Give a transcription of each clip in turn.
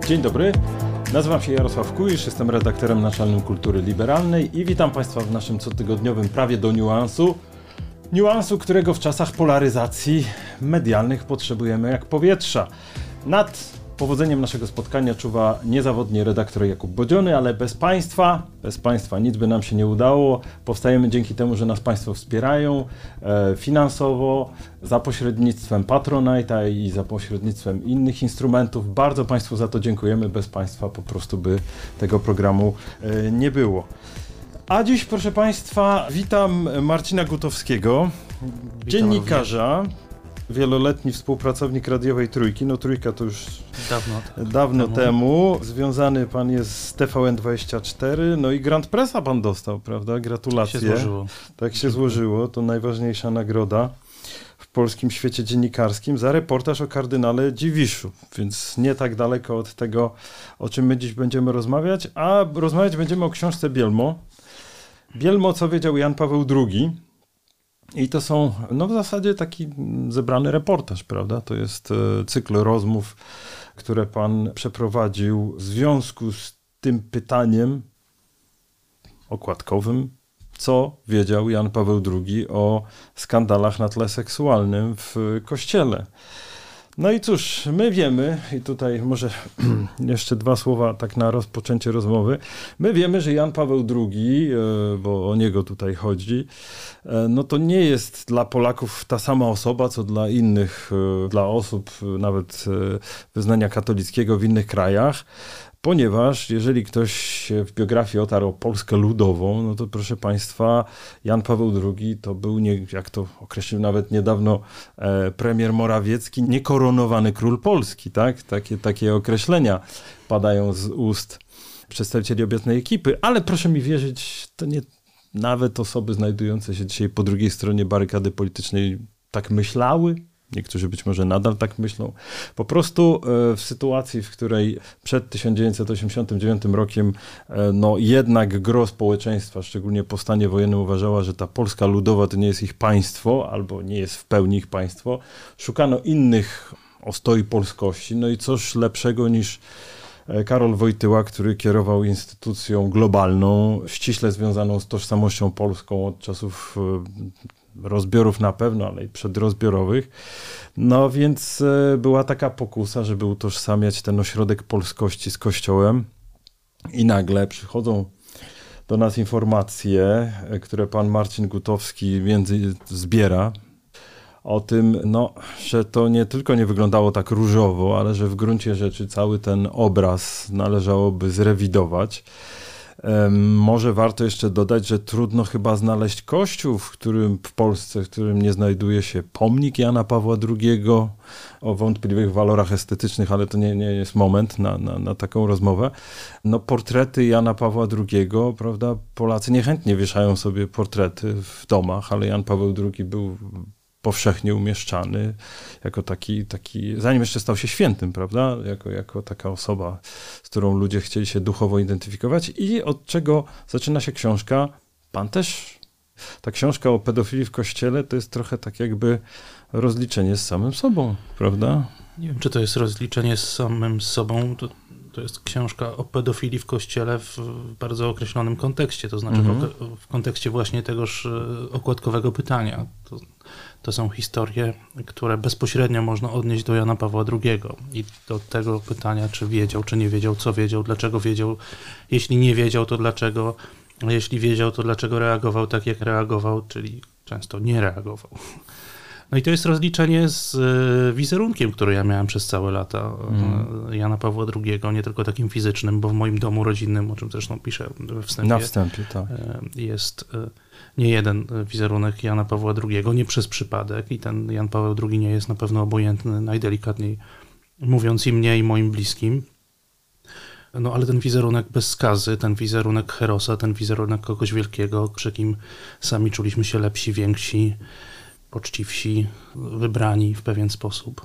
Dzień dobry, nazywam się Jarosław Kuisz, jestem redaktorem naczelnym Kultury Liberalnej i witam Państwa w naszym cotygodniowym prawie do niuansu. Niuansu, którego w czasach polaryzacji medialnych potrzebujemy jak powietrza. Nad powodzeniem naszego spotkania czuwa niezawodnie redaktor Jakub Bodziony, ale bez Państwa nic by nam się nie udało. Powstajemy dzięki temu, że nas Państwo wspierają finansowo, za pośrednictwem Patronite'a i za pośrednictwem innych instrumentów. Bardzo Państwu za to dziękujemy. Bez Państwa po prostu by tego programu nie było. A dziś, proszę Państwa, witam Marcina Gutowskiego, dziennikarza, wieloletni współpracownik radiowej Trójki. No Trójka to już dawno temu. Związany pan jest z TVN24, no i Grand Pressa pan dostał, prawda? Gratulacje. Tak się złożyło, to najważniejsza nagroda w polskim świecie dziennikarskim za reportaż o kardynale Dziwiszu, więc nie tak daleko od tego, o czym my dziś będziemy rozmawiać, a rozmawiać będziemy o książce Bielmo. Bielmo, co wiedział Jan Paweł II. I to są, no w zasadzie taki zebrany reportaż, prawda? To jest cykl rozmów, które pan przeprowadził w związku z tym pytaniem okładkowym, co wiedział Jan Paweł II o skandalach na tle seksualnym w Kościele. No i cóż, my wiemy, i tutaj może jeszcze dwa słowa tak na rozpoczęcie rozmowy, my wiemy, że Jan Paweł II, bo o niego tutaj chodzi, no to nie jest dla Polaków ta sama osoba, co dla innych, dla osób nawet wyznania katolickiego w innych krajach. Ponieważ jeżeli ktoś się w biografii otarł o Polskę Ludową, no to proszę Państwa, Jan Paweł II to był, jak to określił nawet niedawno premier Morawiecki, niekoronowany król Polski, tak? Takie określenia padają z ust przedstawicieli obecnej ekipy, ale proszę mi wierzyć, to nie nawet osoby znajdujące się dzisiaj po drugiej stronie barykady politycznej tak myślały. Niektórzy być może nadal tak myślą. Po prostu w sytuacji, w której przed 1989 rokiem no jednak gros społeczeństwa, szczególnie po stanie wojennym, uważała, że ta Polska Ludowa to nie jest ich państwo, albo nie jest w pełni ich państwo. Szukano innych ostoi polskości. No i cóż lepszego niż Karol Wojtyła, który kierował instytucją globalną, ściśle związaną z tożsamością polską od czasów rozbiorów na pewno, ale i przedrozbiorowych. No więc była taka pokusa, żeby utożsamiać ten ośrodek polskości z Kościołem i nagle przychodzą do nas informacje, które pan Marcin Gutowski zbiera o tym, no, że to nie tylko nie wyglądało tak różowo, ale że w gruncie rzeczy cały ten obraz należałoby zrewidować. Może warto jeszcze dodać, że trudno chyba znaleźć kościół, w Polsce, w którym nie znajduje się pomnik Jana Pawła II o wątpliwych walorach estetycznych, ale to nie jest moment na taką rozmowę. No portrety Jana Pawła II, prawda, Polacy niechętnie wieszają sobie portrety w domach, ale Jan Paweł II był powszechnie umieszczany jako taki, zanim jeszcze stał się świętym, prawda? Jako taka osoba, z którą ludzie chcieli się duchowo identyfikować i od czego zaczyna się książka. Pan też, ta książka o pedofilii w Kościele to jest trochę tak jakby rozliczenie z samym sobą, prawda? Nie wiem, czy to jest rozliczenie z samym sobą, to jest książka o pedofilii w Kościele w bardzo określonym kontekście, to znaczy w kontekście właśnie tegoż okładkowego pytania. To są historie, które bezpośrednio można odnieść do Jana Pawła II i do tego pytania, czy wiedział, czy nie wiedział, co wiedział, dlaczego wiedział. Jeśli nie wiedział, to dlaczego, a jeśli wiedział, to dlaczego reagował tak, jak reagował, czyli często nie reagował. No i to jest rozliczenie z wizerunkiem, który ja miałem przez całe lata Jana Pawła II, nie tylko takim fizycznym, bo w moim domu rodzinnym, o czym zresztą piszę we wstępie, na wstępie, tak. Jest nie jeden wizerunek Jana Pawła II, nie przez przypadek i ten Jan Paweł II nie jest na pewno obojętny, najdelikatniej mówiąc i mnie, i moim bliskim. No ale ten wizerunek bez skazy, ten wizerunek herosa, ten wizerunek kogoś wielkiego, przy kim sami czuliśmy się lepsi, więksi, poczciwsi, wybrani w pewien sposób.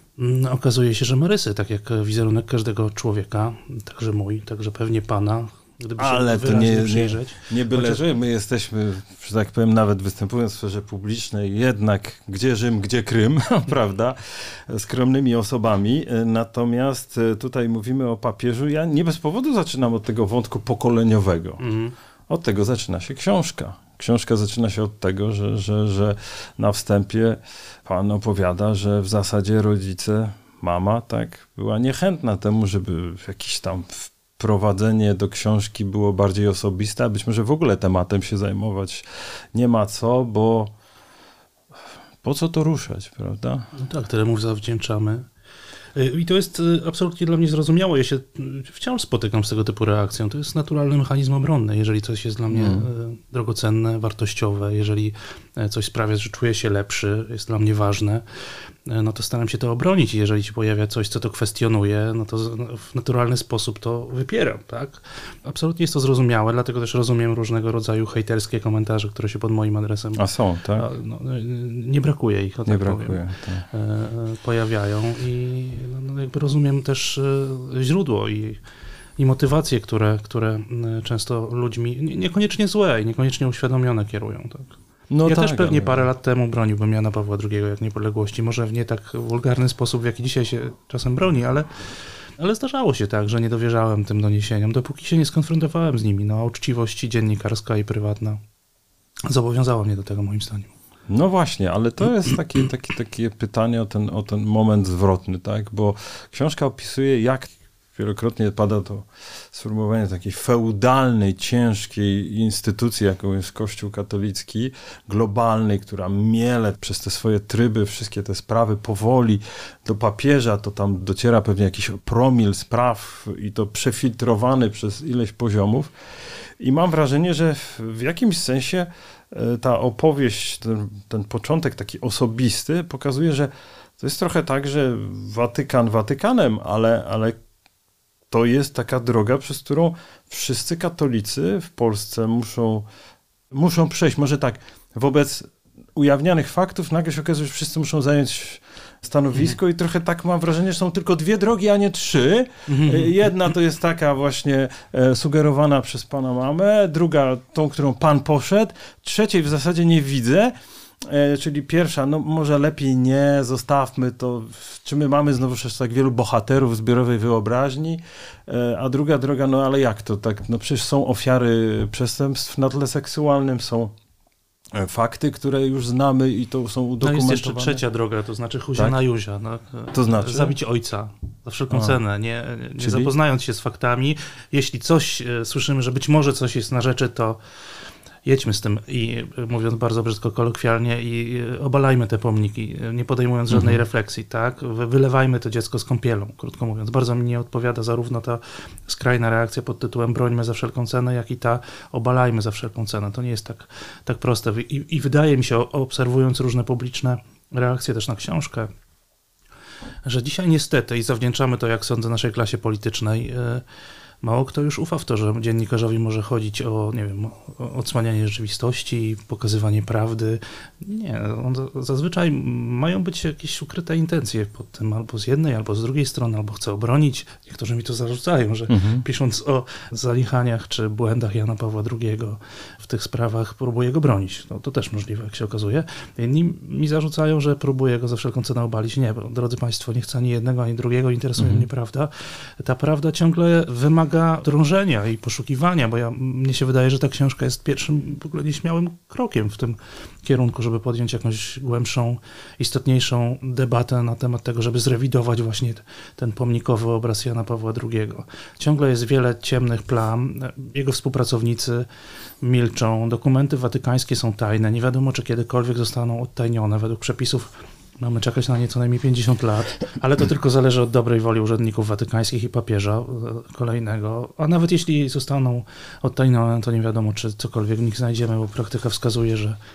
Okazuje się, że ma rysy, tak jak wizerunek każdego człowieka, także mój, także pewnie pana, gdyby ale się wyraźnie przyjrzeć. Nie byle, że my jesteśmy, że tak powiem, nawet występując w sferze publicznej, jednak gdzie Rzym, gdzie Krym, prawda, skromnymi osobami. Natomiast tutaj mówimy o papieżu. Ja nie bez powodu zaczynam od tego wątku pokoleniowego. Od tego zaczyna się książka. Książka zaczyna się od tego, że na wstępie pan opowiada, że w zasadzie rodzice, mama, tak, była niechętna temu, żeby jakiś tam wprowadzenie do książki było bardziej osobiste, a być może w ogóle tematem się zajmować nie ma co, bo po co to ruszać, prawda? No tak, tyle mu zawdzięczamy. I to jest absolutnie dla mnie zrozumiałe. Ja się wciąż spotykam z tego typu reakcją. To jest naturalny mechanizm obronny. Jeżeli coś jest dla mnie drogocenne, wartościowe, jeżeli coś sprawia, że czuję się lepszy, jest dla mnie ważne, no to staram się to obronić. I jeżeli się pojawia coś, co to kwestionuje, no to w naturalny sposób to wypieram, tak? Absolutnie jest to zrozumiałe, dlatego też rozumiem różnego rodzaju hejterskie komentarze, które się pod moim adresem... A są, tak? Nie brakuje ich, nie brakuje, tak. Pojawiają i jakby rozumiem też źródło i motywacje, które często ludźmi niekoniecznie złe i niekoniecznie uświadomione kierują, tak? Ja też pewnie parę lat temu broniłbym Jana Pawła II jak niepodległości. Może w nie tak wulgarny sposób, w jaki dzisiaj się czasem broni, ale zdarzało się tak, że nie dowierzałem tym doniesieniom, dopóki się nie skonfrontowałem z nimi. No, a uczciwość dziennikarska i prywatna zobowiązała mnie do tego, moim zdaniem. No właśnie, ale to jest takie pytanie o ten moment zwrotny, tak? Bo książka opisuje, jak wielokrotnie pada to sformułowanie takiej feudalnej, ciężkiej instytucji, jaką jest Kościół katolicki, globalnej, która miele przez te swoje tryby, wszystkie te sprawy powoli do papieża, to tam dociera pewnie jakiś promil spraw i to przefiltrowany przez ileś poziomów. I mam wrażenie, że w jakimś sensie ta opowieść, ten początek taki osobisty pokazuje, że to jest trochę tak, że Watykan Watykanem, ale to jest taka droga, przez którą wszyscy katolicy w Polsce muszą przejść. Może tak, wobec ujawnianych faktów nagle się okazuje, że wszyscy muszą zająć stanowisko i trochę tak mam wrażenie, że są tylko dwie drogi, a nie trzy. Jedna to jest taka właśnie sugerowana przez pana mamę, druga tą, którą pan poszedł, trzeciej w zasadzie nie widzę. Czyli pierwsza, no może lepiej nie, zostawmy to, czy my mamy znowu jeszcze tak wielu bohaterów zbiorowej wyobraźni, a druga droga, no ale jak to tak, no przecież są ofiary przestępstw na tle seksualnym, są fakty, które już znamy i to są udokumentowane. No jest jeszcze trzecia droga, to znaczy Huzia na Józia. No, to znaczy? Zabić ojca za wszelką cenę, nie zapoznając się z faktami. Jeśli coś słyszymy, że być może coś jest na rzeczy, to jedźmy z tym i mówiąc bardzo brzydko kolokwialnie i obalajmy te pomniki, nie podejmując żadnej refleksji, tak? Wylewajmy to dziecko z kąpielą, krótko mówiąc. Bardzo mi nie odpowiada zarówno ta skrajna reakcja pod tytułem brońmy za wszelką cenę, jak i ta obalajmy za wszelką cenę. To nie jest tak proste. I wydaje mi się, obserwując różne publiczne reakcje też na książkę, że dzisiaj niestety, i zawdzięczamy to, jak sądzę, naszej klasie politycznej, mało kto już ufa w to, że dziennikarzowi może chodzić o, nie wiem, o odsłanianie rzeczywistości, pokazywanie prawdy. Nie, zazwyczaj mają być jakieś ukryte intencje pod tym, albo z jednej, albo z drugiej strony, albo chce obronić. Niektórzy mi to zarzucają, że pisząc o zaniechaniach czy błędach Jana Pawła II w tych sprawach próbuje go bronić. No, to też możliwe, jak się okazuje. Inni mi zarzucają, że próbuje go za wszelką cenę obalić. Nie, bo, drodzy państwo, nie chcę ani jednego, ani drugiego, interesuje mnie prawda. Ta prawda ciągle wymaga drążenia i poszukiwania, bo mnie się wydaje, że ta książka jest pierwszym w ogóle nieśmiałym krokiem w tym kierunku, żeby podjąć jakąś głębszą, istotniejszą debatę na temat tego, żeby zrewidować właśnie ten pomnikowy obraz Jana Pawła II. Ciągle jest wiele ciemnych plam, jego współpracownicy milczą, dokumenty watykańskie są tajne, nie wiadomo, czy kiedykolwiek zostaną odtajnione według przepisów. Mamy czekać na nie co najmniej 50 lat, ale to tylko zależy od dobrej woli urzędników watykańskich i papieża kolejnego. A nawet jeśli zostaną odtajnione, to nie wiadomo, czy cokolwiek w nich znajdziemy, bo praktyka wskazuje,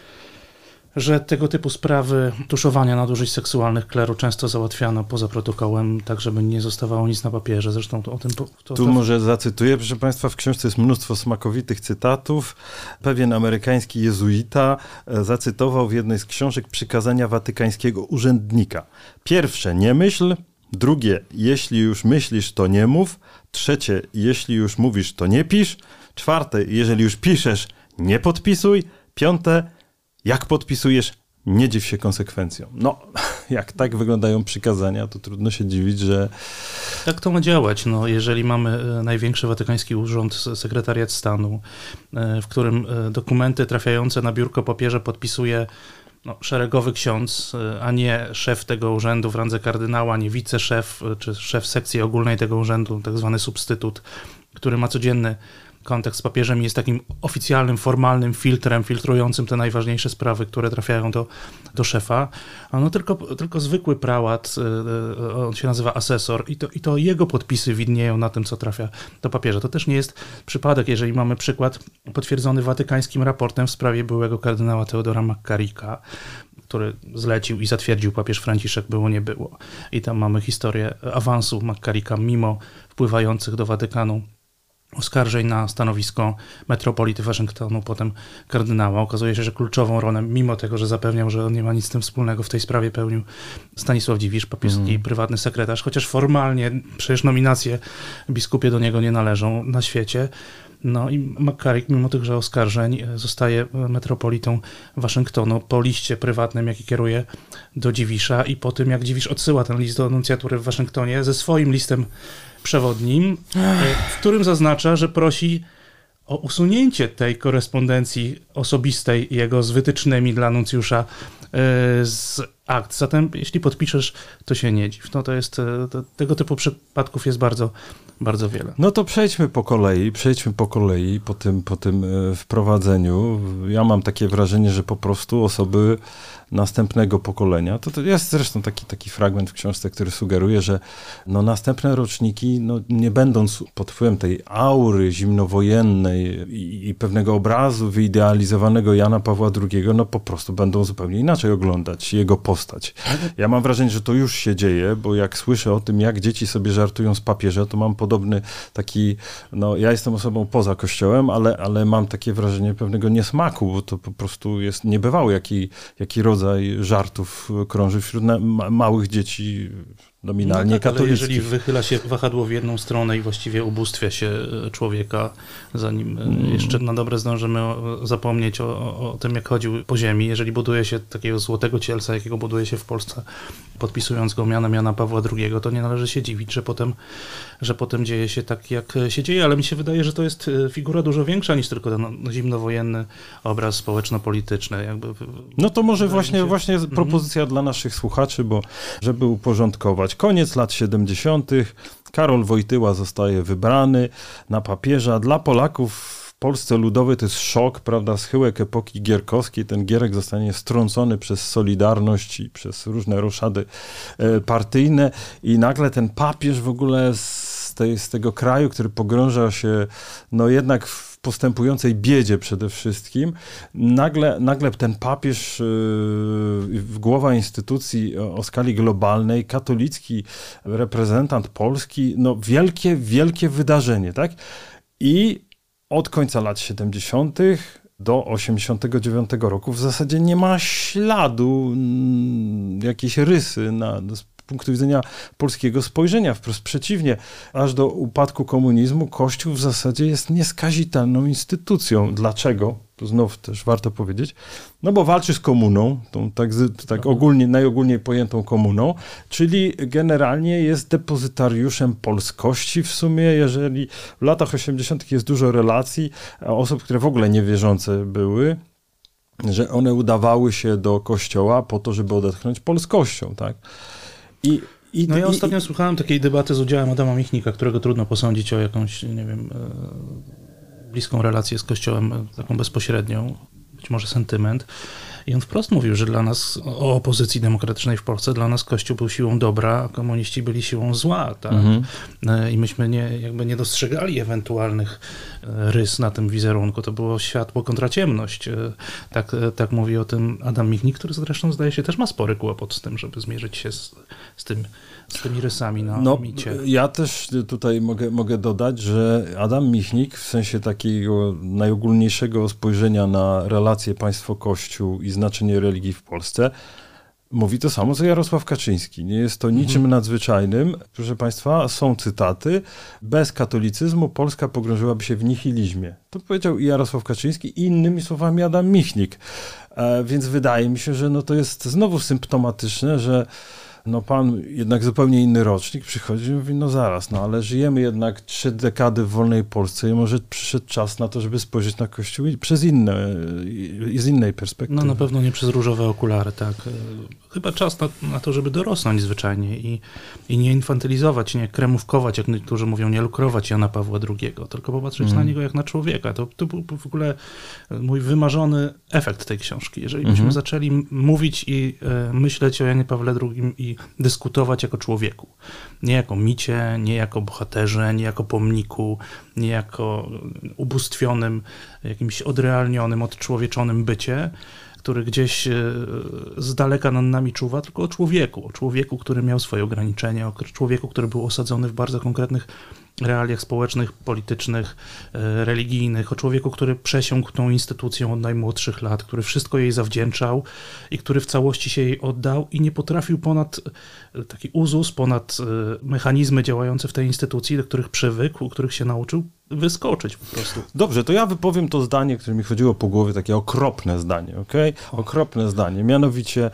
że tego typu sprawy tuszowania nadużyć seksualnych kleru często załatwiano poza protokołem, tak żeby nie zostawało nic na papierze. Zresztą o tym... Tu może zacytuję, proszę państwa, w książce jest mnóstwo smakowitych cytatów. Pewien amerykański jezuita zacytował w jednej z książek przykazania watykańskiego urzędnika. Pierwsze, nie myśl. Drugie, jeśli już myślisz, to nie mów. Trzecie, jeśli już mówisz, to nie pisz. Czwarte, jeżeli już piszesz, nie podpisuj. Piąte, jak podpisujesz, nie dziw się konsekwencjom. No, jak tak wyglądają przykazania, to trudno się dziwić, że... Tak to ma działać. No, jeżeli mamy największy watykański urząd, sekretariat stanu, w którym dokumenty trafiające na biurko papieża podpisuje szeregowy ksiądz, a nie szef tego urzędu w randze kardynała, nie wiceszef czy szef sekcji ogólnej tego urzędu, tak zwany substytut, który ma codzienny kontakt z papieżem i jest takim oficjalnym, formalnym filtrem, filtrującym te najważniejsze sprawy, które trafiają do szefa. No tylko zwykły prałat, on się nazywa asesor i to jego podpisy widnieją na tym, co trafia do papieża. To też nie jest przypadek, jeżeli mamy przykład potwierdzony watykańskim raportem w sprawie byłego kardynała Teodora McCarricka, który zlecił i zatwierdził papież Franciszek, było nie było. I tam mamy historię awansu McCarricka mimo wpływających do Watykanu oskarżeń na stanowisko metropolity Waszyngtonu, potem kardynała. Okazuje się, że kluczową rolę, mimo tego, że zapewniał, że on nie ma nic z tym wspólnego, w tej sprawie pełnił Stanisław Dziwisz, papieski prywatny sekretarz, chociaż formalnie przecież nominacje biskupie do niego nie należą na świecie. No i McCarrick, mimo tychże oskarżeń, zostaje metropolitą Waszyngtonu po liście prywatnym, jaki kieruje do Dziwisza i po tym, jak Dziwisz odsyła ten list do nuncjatury w Waszyngtonie ze swoim listem przewodnim, w którym zaznacza, że prosi o usunięcie tej korespondencji osobistej jego z wytycznymi dla nuncjusza z akt. Zatem jeśli podpiszesz, to się nie dziw. No to jest, tego typu przypadków jest bardzo, bardzo wiele. No to przejdźmy po kolei po tym wprowadzeniu. Ja mam takie wrażenie, że po prostu osoby następnego pokolenia, to jest zresztą taki fragment w książce, który sugeruje, że następne roczniki, nie będąc pod wpływem tej aury zimnowojennej i pewnego obrazu wyidealizowanego Jana Pawła II, po prostu będą zupełnie inaczej oglądać jego postać. Ja mam wrażenie, że to już się dzieje, bo jak słyszę o tym, jak dzieci sobie żartują z papieża, to mam podobny taki, ja jestem osobą poza Kościołem, ale mam takie wrażenie pewnego niesmaku, bo to po prostu jest niebywały, jaki rodzaj żartów krąży wśród małych dzieci, nominalnie katolickich. Ale jeżeli wychyla się wahadło w jedną stronę i właściwie ubóstwia się człowieka, zanim jeszcze na dobre zdążymy zapomnieć o tym, jak chodził po ziemi, jeżeli buduje się takiego złotego cielca, jakiego buduje się w Polsce, podpisując go mianem Jana Pawła II, to nie należy się dziwić, że potem dzieje się tak, jak się dzieje, ale mi się wydaje, że to jest figura dużo większa niż tylko ten zimnowojenny obraz społeczno-polityczny. No to może właśnie propozycja dla naszych słuchaczy, bo żeby uporządkować. Koniec lat 70. Karol Wojtyła zostaje wybrany na papieża. Dla Polaków w Polsce Ludowej to jest szok, prawda, schyłek epoki gierkowskiej. Ten Gierek zostanie strącony przez Solidarność i przez różne roszady partyjne i nagle ten papież w ogóle z tego kraju, który pogrąża się jednak w postępującej biedzie przede wszystkim, nagle ten papież, głowa instytucji o skali globalnej, katolicki reprezentant Polski, wielkie wydarzenie, tak? I od końca lat 70. do 89 roku w zasadzie nie ma śladu jakiejś rysy z punktu widzenia polskiego spojrzenia. Wprost przeciwnie, aż do upadku komunizmu Kościół w zasadzie jest nieskazitelną instytucją. Dlaczego? To znów też warto powiedzieć. Bo walczy z komuną, tą tak najogólniej pojętą komuną, czyli generalnie jest depozytariuszem polskości w sumie, jeżeli w latach 80. jest dużo relacji osób, które w ogóle niewierzące były, że one udawały się do kościoła po to, żeby odetchnąć polskością, tak? Ja ostatnio słuchałem takiej debaty z udziałem Adama Michnika, którego trudno posądzić o jakąś, nie wiem, bliską relację z Kościołem, taką bezpośrednią, być może sentyment. I on wprost mówił, że dla nas, o opozycji demokratycznej w Polsce, dla nas Kościół był siłą dobra, a komuniści byli siłą zła. Tak? I myśmy nie dostrzegali ewentualnych rys na tym wizerunku. To było światło kontra ciemność. Tak mówi o tym Adam Michnik, który zresztą zdaje się też ma spory kłopot z tym, żeby zmierzyć się z tymi rysami na micie. Ja też tutaj mogę dodać, że Adam Michnik w sensie takiego najogólniejszego spojrzenia na relacje państwo-kościół i znaczenie religii w Polsce mówi to samo, co Jarosław Kaczyński. Nie jest to niczym nadzwyczajnym. Proszę Państwa, są cytaty. Bez katolicyzmu Polska pogrążyłaby się w nihilizmie. To powiedział i Jarosław Kaczyński i innymi słowami Adam Michnik. Więc wydaje mi się, że no to jest znowu symptomatyczne, że no pan jednak zupełnie inny rocznik przychodzi i mówi, no zaraz, no ale żyjemy jednak 3 dekady w wolnej Polsce i może przyszedł czas na to, żeby spojrzeć na Kościół z innej perspektywy. No na pewno nie przez różowe okulary, tak. Chyba czas na to, żeby dorosnąć zwyczajnie i nie infantylizować, nie kremówkować, jak niektórzy mówią, nie lukrować Jana Pawła II, tylko popatrzeć na niego jak na człowieka. To był w ogóle mój wymarzony efekt tej książki. Jeżeli byśmy zaczęli mówić i myśleć o Janie Pawle II i dyskutować jako człowieku. Nie jako micie, nie jako bohaterze, nie jako pomniku, nie jako ubóstwionym, jakimś odrealnionym, odczłowieczonym bycie, który gdzieś z daleka nad nami czuwa, tylko o człowieku, który miał swoje ograniczenia, o człowieku, który był osadzony w bardzo konkretnych realiach społecznych, politycznych, religijnych, o człowieku, który przesiąkł tą instytucją od najmłodszych lat, który wszystko jej zawdzięczał i który w całości się jej oddał i nie potrafił ponad taki uzus, ponad mechanizmy działające w tej instytucji, do których przywykł, których się nauczył, wyskoczyć po prostu. Dobrze, to ja wypowiem to zdanie, które mi chodziło po głowie, takie okropne zdanie, okej? Okropne zdanie, mianowicie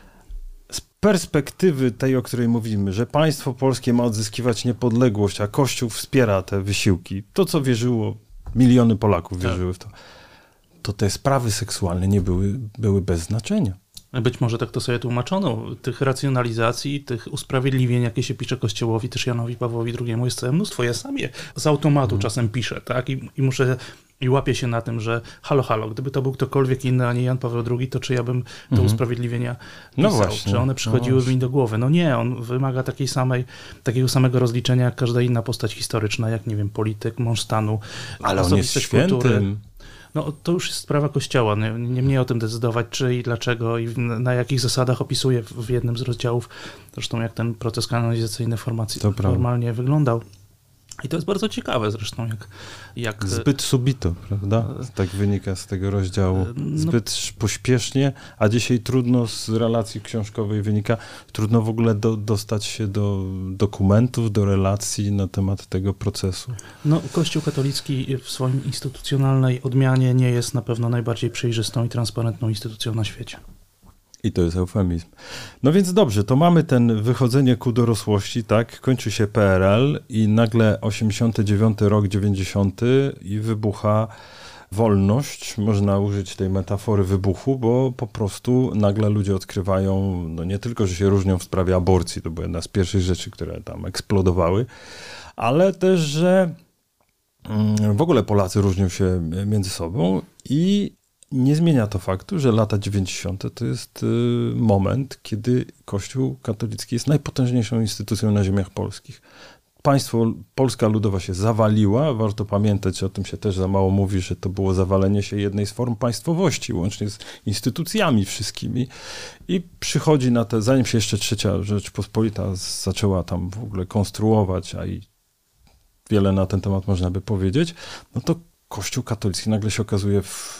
z perspektywy tej, o której mówimy, że państwo polskie ma odzyskiwać niepodległość, a Kościół wspiera te wysiłki, to co wierzyło, miliony Polaków wierzyły w to, to te sprawy seksualne nie były bez znaczenia. Być może tak to sobie tłumaczono. Tych racjonalizacji, tych usprawiedliwień, jakie się pisze Kościołowi, też Janowi Pawłowi II, jest całe mnóstwo. Ja sam je z automatu czasem piszę, tak? I muszę... I łapię się na tym, że halo, gdyby to był ktokolwiek inny, a nie Jan Paweł II, to czy ja bym te usprawiedliwienia pisał? No właśnie, czy one przychodziły mi do głowy? No nie, on wymaga takiego samego rozliczenia jak każda inna postać historyczna, jak nie wiem, polityk, mąż stanu, ale on jest świętym. No to już jest sprawa Kościoła. Nie mnie o tym decydować, czy i dlaczego i na jakich zasadach opisuje w jednym z rozdziałów, zresztą jak ten proces kanonizacyjny formacji normalnie wyglądał. I to jest bardzo ciekawe zresztą, jak... Zbyt subito, prawda? Tak wynika z tego rozdziału. Zbyt pośpiesznie, a dzisiaj trudno z relacji książkowej wynika, trudno w ogóle dostać się do dokumentów, do relacji na temat tego procesu. No, Kościół katolicki w swoim instytucjonalnej odmianie nie jest na pewno najbardziej przejrzystą i transparentną instytucją na świecie. I to jest eufemizm. No więc dobrze, to mamy ten wychodzenie ku dorosłości, tak? Kończy się PRL i nagle 89 rok, 90 i wybucha wolność. Można użyć tej metafory wybuchu, bo po prostu nagle ludzie odkrywają, no nie tylko, że się różnią w sprawie aborcji, to była jedna z pierwszych rzeczy, które tam eksplodowały, ale też, że w ogóle Polacy różnią się między sobą i nie zmienia to faktu, że lata 90. to jest moment, kiedy Kościół katolicki jest najpotężniejszą instytucją na ziemiach polskich. Polska Ludowa się zawaliła, warto pamiętać, o tym się też za mało mówi, że to było zawalenie się jednej z form państwowości, łącznie z instytucjami wszystkimi i przychodzi na te, zanim się jeszcze Trzecia Rzeczpospolita zaczęła tam w ogóle konstruować, a i wiele na ten temat można by powiedzieć, no to Kościół katolicki nagle się okazuje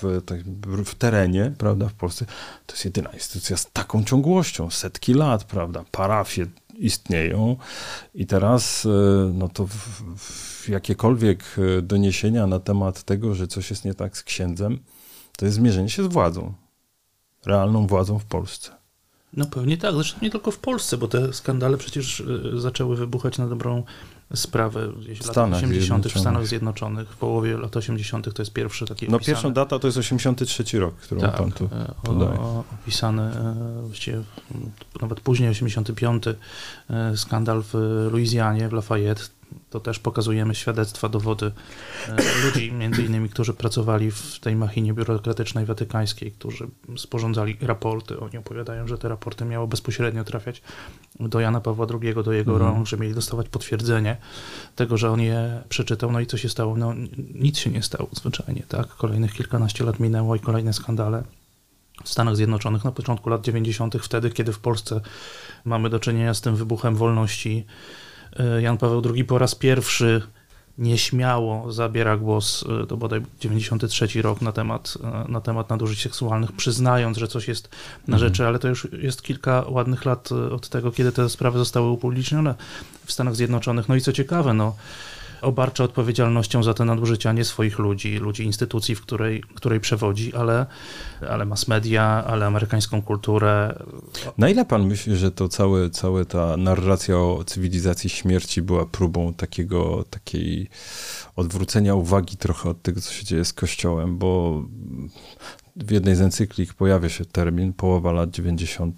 w terenie, prawda, w Polsce. To jest jedyna instytucja z taką ciągłością, setki lat, prawda, parafie istnieją i teraz no to jakiekolwiek doniesienia na temat tego, że coś jest nie tak z księdzem, to jest zmierzenie się z władzą, realną władzą w Polsce. No pewnie tak, zresztą nie tylko w Polsce, bo te skandale przecież zaczęły wybuchać na dobrą sprawę w latach 80. w Stanach Zjednoczonych. W połowie lat 80. to jest pierwszy taki opisany. Pierwsza data to jest 83 rok, którą pan tu podaje. Opisany właściwie nawet później 85 skandal w Luizjanie, w Lafayette. To też pokazujemy świadectwa, dowody ludzi, między innymi, którzy pracowali w tej machinie biurokratycznej watykańskiej, którzy sporządzali raporty. Oni opowiadają, że te raporty miały bezpośrednio trafiać do Jana Pawła II, do jego rąk, że mieli dostawać potwierdzenie tego, że on je przeczytał. No i co się stało? No nic się nie stało zwyczajnie, tak? Kolejnych kilkanaście lat minęło i kolejne skandale. W Stanach Zjednoczonych na początku lat 90., wtedy, kiedy w Polsce mamy do czynienia z tym wybuchem wolności, Jan Paweł II po raz pierwszy nieśmiało zabiera głos, to bodaj 93 rok, na temat nadużyć seksualnych, przyznając, że coś jest na rzeczy, ale to już jest kilka ładnych lat od tego, kiedy te sprawy zostały upublicznione w Stanach Zjednoczonych. No i co ciekawe, obarcza odpowiedzialnością za te nadużycia nie swoich ludzi instytucji, w której przewodzi, ale mass media, ale amerykańską kulturę. Na ile pan myśli, że to cała ta narracja o cywilizacji śmierci była próbą takiej odwrócenia uwagi trochę od tego, co się dzieje z Kościołem, bo w jednej z encyklik pojawia się termin połowa lat 90.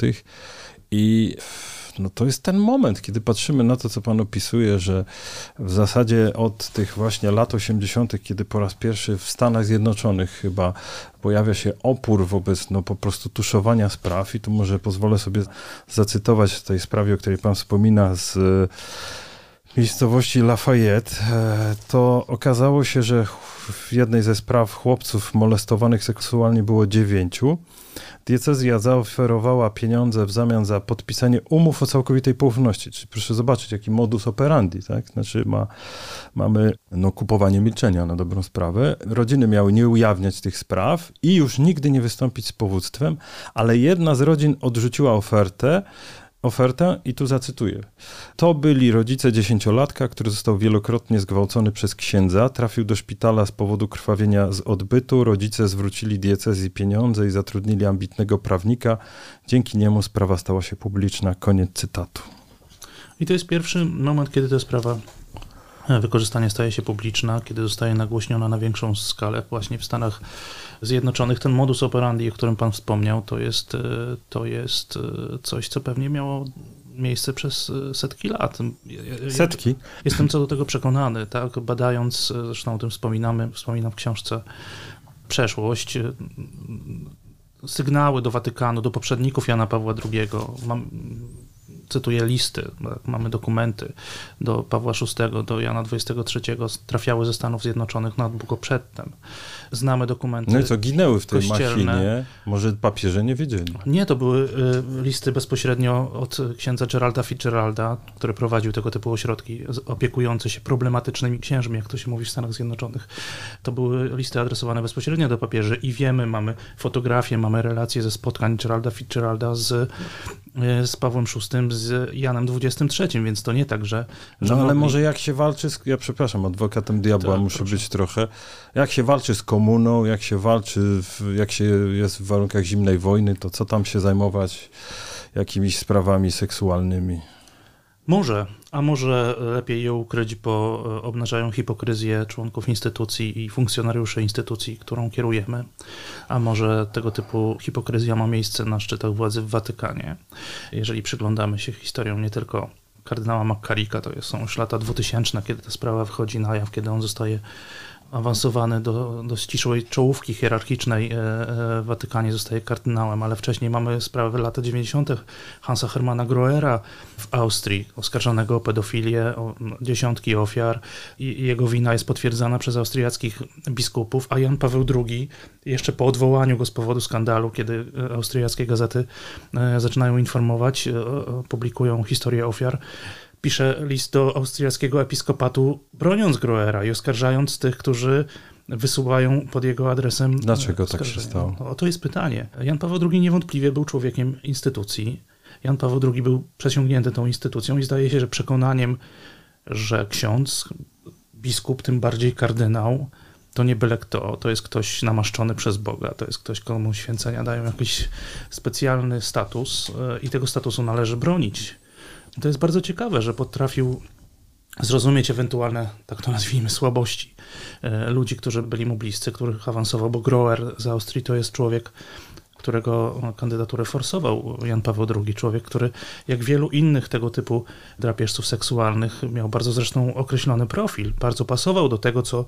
i to jest ten moment, kiedy patrzymy na to, co pan opisuje, że w zasadzie od tych właśnie lat 80., kiedy po raz pierwszy w Stanach Zjednoczonych chyba pojawia się opór wobec po prostu tuszowania spraw i tu może pozwolę sobie zacytować w tej sprawie, o której pan wspomina z miejscowości Lafayette, to okazało się, że w jednej ze spraw chłopców molestowanych seksualnie było 9. Diecezja zaoferowała pieniądze w zamian za podpisanie umów o całkowitej poufności. Czyli proszę zobaczyć, jaki modus operandi, tak? Znaczy mamy kupowanie milczenia na dobrą sprawę. Rodziny miały nie ujawniać tych spraw i już nigdy nie wystąpić z powództwem, ale jedna z rodzin odrzuciła ofertę i tu zacytuję. To byli rodzice 10-latka, który został wielokrotnie zgwałcony przez księdza, trafił do szpitala z powodu krwawienia z odbytu, rodzice zwrócili diecezji pieniądze i zatrudnili ambitnego prawnika. Dzięki niemu sprawa stała się publiczna. Koniec cytatu. I to jest pierwszy moment, kiedy ta sprawa wykorzystania staje się publiczna, kiedy zostaje nagłośniona na większą skalę właśnie w Stanach Zjednoczonych. Ten modus operandi, o którym pan wspomniał, to jest coś, co pewnie miało miejsce przez setki lat. Setki? Jestem co do tego przekonany, tak? Badając, zresztą o tym wspominam w książce, przeszłość, sygnały do Watykanu, do poprzedników Jana Pawła II, cytuję listy, mamy dokumenty do Pawła VI, do Jana XXIII, trafiały ze Stanów Zjednoczonych na długo przedtem. Znamy dokumenty. No i co, ginęły w tej kościelne. machinie? Może papieże nie wiedzieli. Nie, to były listy bezpośrednio od księdza Geralda Fitzgeralda, który prowadził tego typu ośrodki opiekujące się problematycznymi księżmi, jak to się mówi w Stanach Zjednoczonych. To były listy adresowane bezpośrednio do papieży i wiemy, mamy fotografie, mamy relacje ze spotkań Geralda Fitzgeralda z Pawłem VI, z Janem XXIII, więc to nie tak, że ale może jak się walczy ja przepraszam, adwokatem diabła tak, muszę być trochę. Jak się walczy z komuną, jak się walczy, jak się jest w warunkach zimnej wojny, to co tam się zajmować jakimiś sprawami seksualnymi? A może lepiej je ukryć, bo obnażają hipokryzję członków instytucji i funkcjonariuszy instytucji, którą kierujemy. A może tego typu hipokryzja ma miejsce na szczytach władzy w Watykanie. Jeżeli przyglądamy się historią nie tylko kardynała McCarricka, to są już lata 2000, kiedy ta sprawa wychodzi na jaw, kiedy on zostaje awansowany do ścisłej czołówki hierarchicznej w Watykanie, zostaje kardynałem, ale wcześniej mamy sprawę lata 90. Hansa Hermana Groera w Austrii, oskarżonego o pedofilię, o dziesiątki ofiar i jego wina jest potwierdzana przez austriackich biskupów, a Jan Paweł II jeszcze po odwołaniu go z powodu skandalu, kiedy austriackie gazety zaczynają informować, publikują historię ofiar, pisze list do austriackiego episkopatu, broniąc Groera i oskarżając tych, którzy wysyłają pod jego adresem. Dlaczego tak się stało? No, to jest pytanie. Jan Paweł II niewątpliwie był człowiekiem instytucji. Jan Paweł II był przesiągnięty tą instytucją i zdaje się, że przekonaniem, że ksiądz, biskup, tym bardziej kardynał, to nie byle kto, to jest ktoś namaszczony przez Boga, to jest ktoś, komu święcenia dają jakiś specjalny status i tego statusu należy bronić. To jest bardzo ciekawe, że potrafił zrozumieć ewentualne, tak to nazwijmy, słabości ludzi, którzy byli mu bliscy, których awansował, bo Groer z Austrii to jest człowiek, którego kandydaturę forsował Jan Paweł II, człowiek, który jak wielu innych tego typu drapieżców seksualnych miał bardzo zresztą określony profil, bardzo pasował do tego, co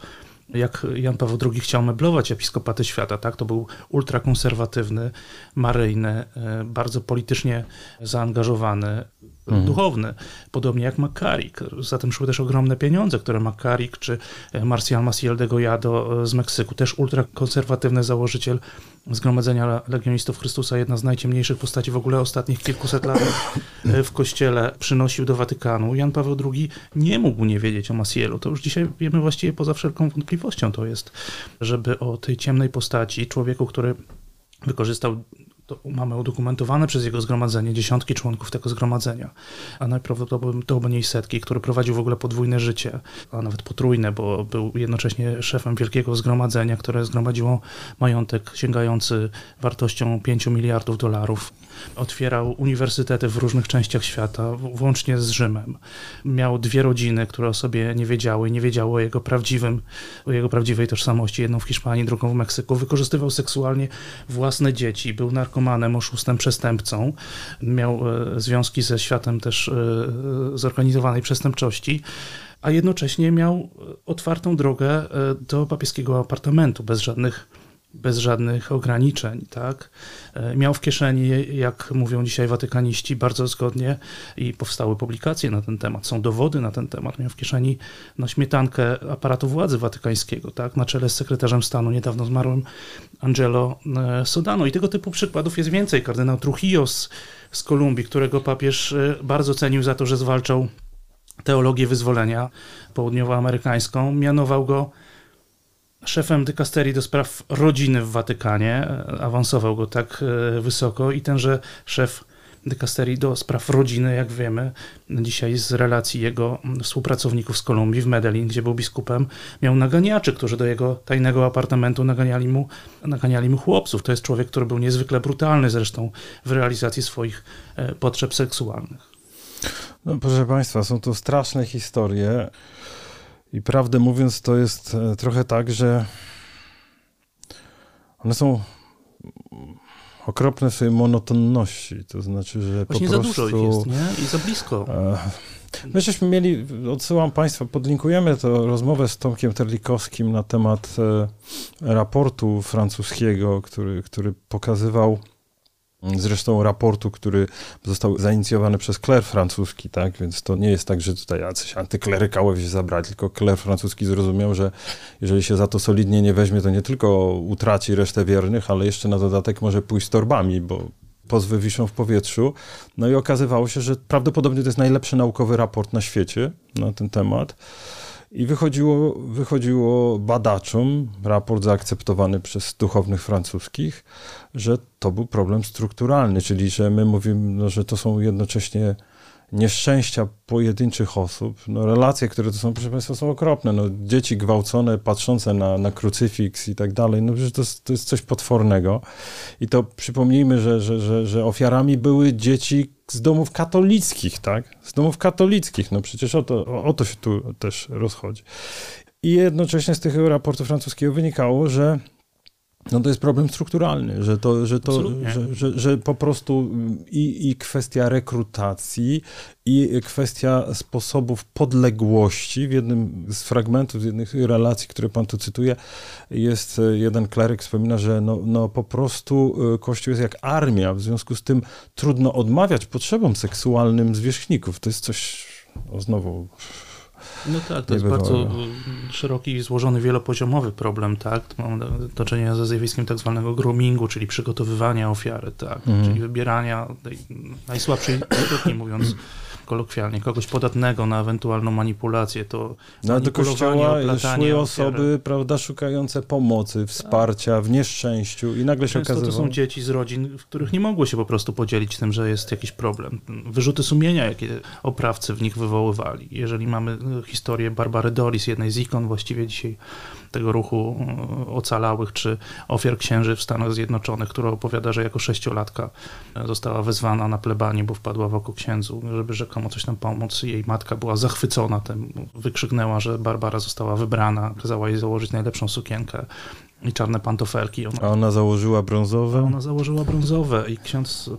jak Jan Paweł II chciał meblować episkopaty świata, tak? To był ultrakonserwatywny, maryjny, bardzo politycznie zaangażowany, duchowny, podobnie jak McCarrick. Zatem szły też ogromne pieniądze, które McCarrick czy Marcial Maciel de Gollado z Meksyku, też ultrakonserwatywny założyciel Zgromadzenia Legionistów Chrystusa, jedna z najciemniejszych postaci w ogóle ostatnich kilkuset lat w Kościele, przynosił do Watykanu. Jan Paweł II nie mógł nie wiedzieć o Macielu. To już dzisiaj wiemy właściwie poza wszelką wątpliwością to jest, żeby o tej ciemnej postaci, człowieku, który wykorzystał, to mamy udokumentowane przez jego zgromadzenie, dziesiątki członków tego zgromadzenia, a najprawdopodobniej setki, który prowadził w ogóle podwójne życie, a nawet potrójne, bo był jednocześnie szefem wielkiego zgromadzenia, które zgromadziło majątek sięgający wartością $5 miliardów. Otwierał uniwersytety w różnych częściach świata, włącznie z Rzymem. Miał 2 rodziny, które o sobie nie wiedziały, nie wiedziały o jego prawdziwej tożsamości, jedną w Hiszpanii, drugą w Meksyku. Wykorzystywał seksualnie własne dzieci, był narkomanem, oszustem, przestępcą. Miał związki ze światem też zorganizowanej przestępczości, a jednocześnie miał otwartą drogę do papieskiego apartamentu, bez żadnych ograniczeń, tak? Miał w kieszeni, jak mówią dzisiaj watykaniści, bardzo zgodnie i powstały publikacje na ten temat, są dowody na ten temat, miał w kieszeni na śmietankę aparatu władzy watykańskiego, tak? Na czele z sekretarzem stanu niedawno zmarłym Angelo Sodano. I tego typu przykładów jest więcej. Kardynał Trujillo z Kolumbii, którego papież bardzo cenił za to, że zwalczał teologię wyzwolenia południowoamerykańską, mianował go szefem dykasterii do spraw rodziny w Watykanie, awansował go tak wysoko i tenże szef dykasterii do spraw rodziny, jak wiemy, dzisiaj z relacji jego współpracowników z Kolumbii w Medellin, gdzie był biskupem, miał naganiaczy, którzy do jego tajnego apartamentu naganiali mu chłopców. To jest człowiek, który był niezwykle brutalny zresztą w realizacji swoich potrzeb seksualnych. No, proszę Państwa, są to straszne historie. I prawdę mówiąc, to jest trochę tak, że one są okropne w swojej monotonności. To znaczy, że właśnie po prostu... za dużo ich jest, nie? I za blisko. My żeśmy mieli, odsyłam Państwa, podlinkujemy to rozmowę z Tomkiem Terlikowskim na temat raportu francuskiego, który pokazywał, zresztą raportu, który został zainicjowany przez kler francuski, tak? Więc to nie jest tak, że tutaj jacyś antyklerykałowie się zabrali, tylko kler francuski zrozumiał, że jeżeli się za to solidnie nie weźmie, to nie tylko utraci resztę wiernych, ale jeszcze na dodatek może pójść z torbami, bo pozwy wiszą w powietrzu. No i okazywało się, że prawdopodobnie to jest najlepszy naukowy raport na świecie na ten temat. I wychodziło badaczom, raport zaakceptowany przez duchownych francuskich, że to był problem strukturalny, czyli że my mówimy, no, że to są jednocześnie nieszczęścia pojedynczych osób. No, relacje, które to są, proszę Państwa, są okropne. No, dzieci gwałcone, patrzące na krucyfiks i tak dalej. No, że to jest coś potwornego. I to przypomnijmy, że ofiarami były dzieci z domów katolickich, tak? Z domów katolickich. No przecież o to się tu też rozchodzi. I jednocześnie z tego raportu francuskiego wynikało, że no to jest problem strukturalny, że po prostu i kwestia rekrutacji, i kwestia sposobów podległości. W jednym z fragmentów, z jednych relacji, które pan tu cytuje, jest jeden kleryk, wspomina, że no po prostu Kościół jest jak armia, w związku z tym trudno odmawiać potrzebom seksualnym zwierzchników. To jest coś, znowu... No tak, to jest bardzo szeroki i złożony, wielopoziomowy problem, tak? Mamy do czynienia ze zjawiskiem tak zwanego groomingu, czyli przygotowywania ofiary, tak? Czyli wybierania tej najsłabszej, mówiąc kolokwialnie, kogoś podatnego na ewentualną manipulację, to no, do kościoła szły osoby, prawda, szukające pomocy, wsparcia w nieszczęściu i nagle się okazywało... to są dzieci z rodzin, w których nie mogły się po prostu podzielić tym, że jest jakiś problem. Wyrzuty sumienia, jakie oprawcy w nich wywoływali. Jeżeli mamy historię Barbary Doris, jednej z ikon właściwie dzisiaj tego ruchu ocalałych, czy ofiar księży w Stanach Zjednoczonych, która opowiada, że jako 6-latka została wezwana na plebanię, bo wpadła w oko księdzu, żeby rzekomo coś tam pomóc. Jej matka była zachwycona tym, wykrzyknęła, że Barbara została wybrana, kazała jej założyć najlepszą sukienkę i czarne pantofelki. A ona założyła brązowe? Ona założyła brązowe i ksiądz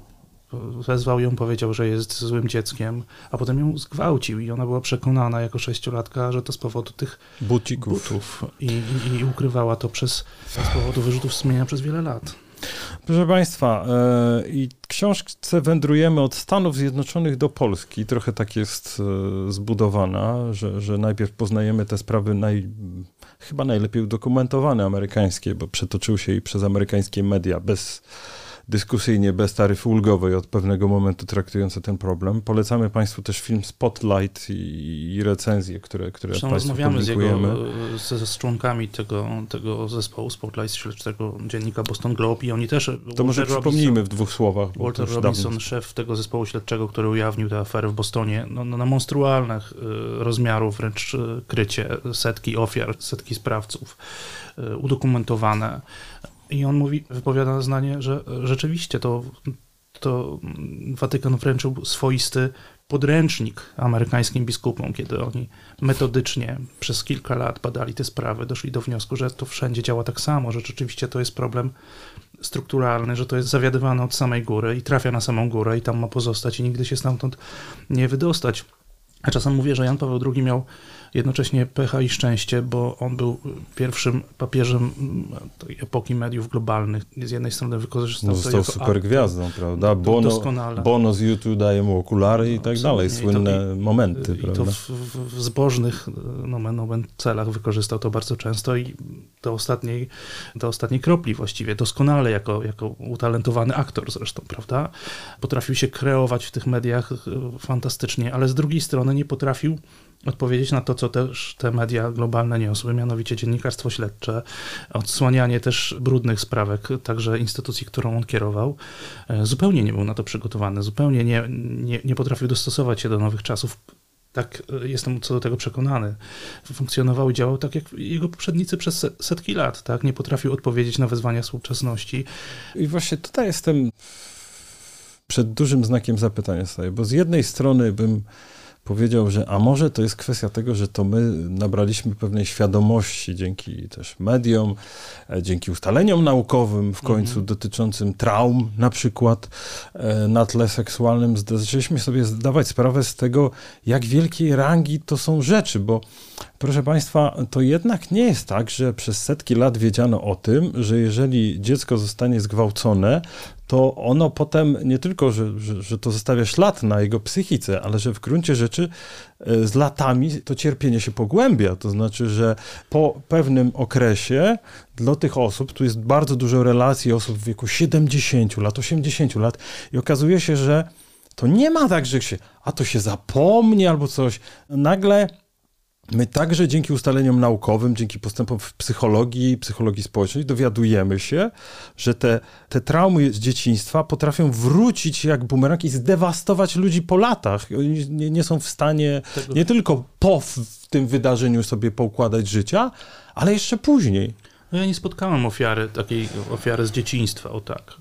wezwał ją, powiedział, że jest złym dzieckiem, a potem ją zgwałcił i ona była przekonana jako 6-latka, że to z powodu tych butów i ukrywała to z powodu wyrzutów sumienia przez wiele lat. Proszę Państwa, i w książce wędrujemy od Stanów Zjednoczonych do Polski. Trochę tak jest zbudowana, że najpierw poznajemy te sprawy chyba najlepiej udokumentowane amerykańskie, bo przetoczyły się i przez amerykańskie media dyskusyjnie, bez taryfy ulgowej od pewnego momentu traktujące ten problem. Polecamy Państwu też film Spotlight i recenzje, które Państwu rozmawiamy publikujemy. z członkami tego zespołu Spotlight, śledczego dziennika Boston Globe i oni też... To może przypomnijmy w 2 słowach. Walter Robinson, szef tego zespołu śledczego, który ujawnił tę aferę w Bostonie, na monstrualnych rozmiarów, wręcz krycie, setki ofiar, setki sprawców, udokumentowane. I on wypowiada zdanie, że rzeczywiście to Watykan wręczył swoisty podręcznik amerykańskim biskupom, kiedy oni metodycznie przez kilka lat badali te sprawy, doszli do wniosku, że to wszędzie działa tak samo, że rzeczywiście to jest problem strukturalny, że to jest zawiadywane od samej góry i trafia na samą górę i tam ma pozostać i nigdy się stamtąd nie wydostać. A czasem mówię, że Jan Paweł II miał jednocześnie pecha i szczęście, bo on był pierwszym papieżem tej epoki mediów globalnych. Z jednej strony wykorzystał to jako supergwiazdą, prawda? Bono z YouTube daje mu okulary i tak dalej, słynne momenty, prawda? I to w zbożnych celach wykorzystał to bardzo często i do ostatniej kropli właściwie, doskonale jako utalentowany aktor zresztą, prawda? Potrafił się kreować w tych mediach fantastycznie, ale z drugiej strony nie potrafił odpowiedzieć na to, co też te media globalne niosły, mianowicie dziennikarstwo śledcze, odsłanianie też brudnych sprawek, także instytucji, którą on kierował. Zupełnie nie był na to przygotowany, zupełnie nie potrafił dostosować się do nowych czasów. Tak, jestem co do tego przekonany. Funkcjonował i działał tak jak jego poprzednicy przez setki lat, tak? Nie potrafił odpowiedzieć na wezwania współczesności. I właśnie tutaj jestem przed dużym znakiem zapytania sobie, bo z jednej strony bym powiedział, że a może to jest kwestia tego, że to my nabraliśmy pewnej świadomości dzięki też mediom, dzięki ustaleniom naukowym w końcu dotyczącym traum na przykład na tle seksualnym. Zaczęliśmy sobie zdawać sprawę z tego, jak wielkiej rangi to są rzeczy, bo proszę Państwa, to jednak nie jest tak, że przez setki lat wiedziano o tym, że jeżeli dziecko zostanie zgwałcone, to ono potem nie tylko, że to zostawia ślad na jego psychice, ale że w gruncie rzeczy z latami to cierpienie się pogłębia. To znaczy, że po pewnym okresie dla tych osób, tu jest bardzo dużo relacji osób w wieku 70 lat, 80 lat i okazuje się, że to nie ma tak, że to się zapomni albo coś. Nagle my także dzięki ustaleniom naukowym, dzięki postępom w psychologii społecznej dowiadujemy się, że te traumy z dzieciństwa potrafią wrócić jak bumerang i zdewastować ludzi po latach. Oni nie są w stanie nie tylko po tym wydarzeniu sobie poukładać życia, ale jeszcze później. No ja nie spotkałem takiej ofiary z dzieciństwa,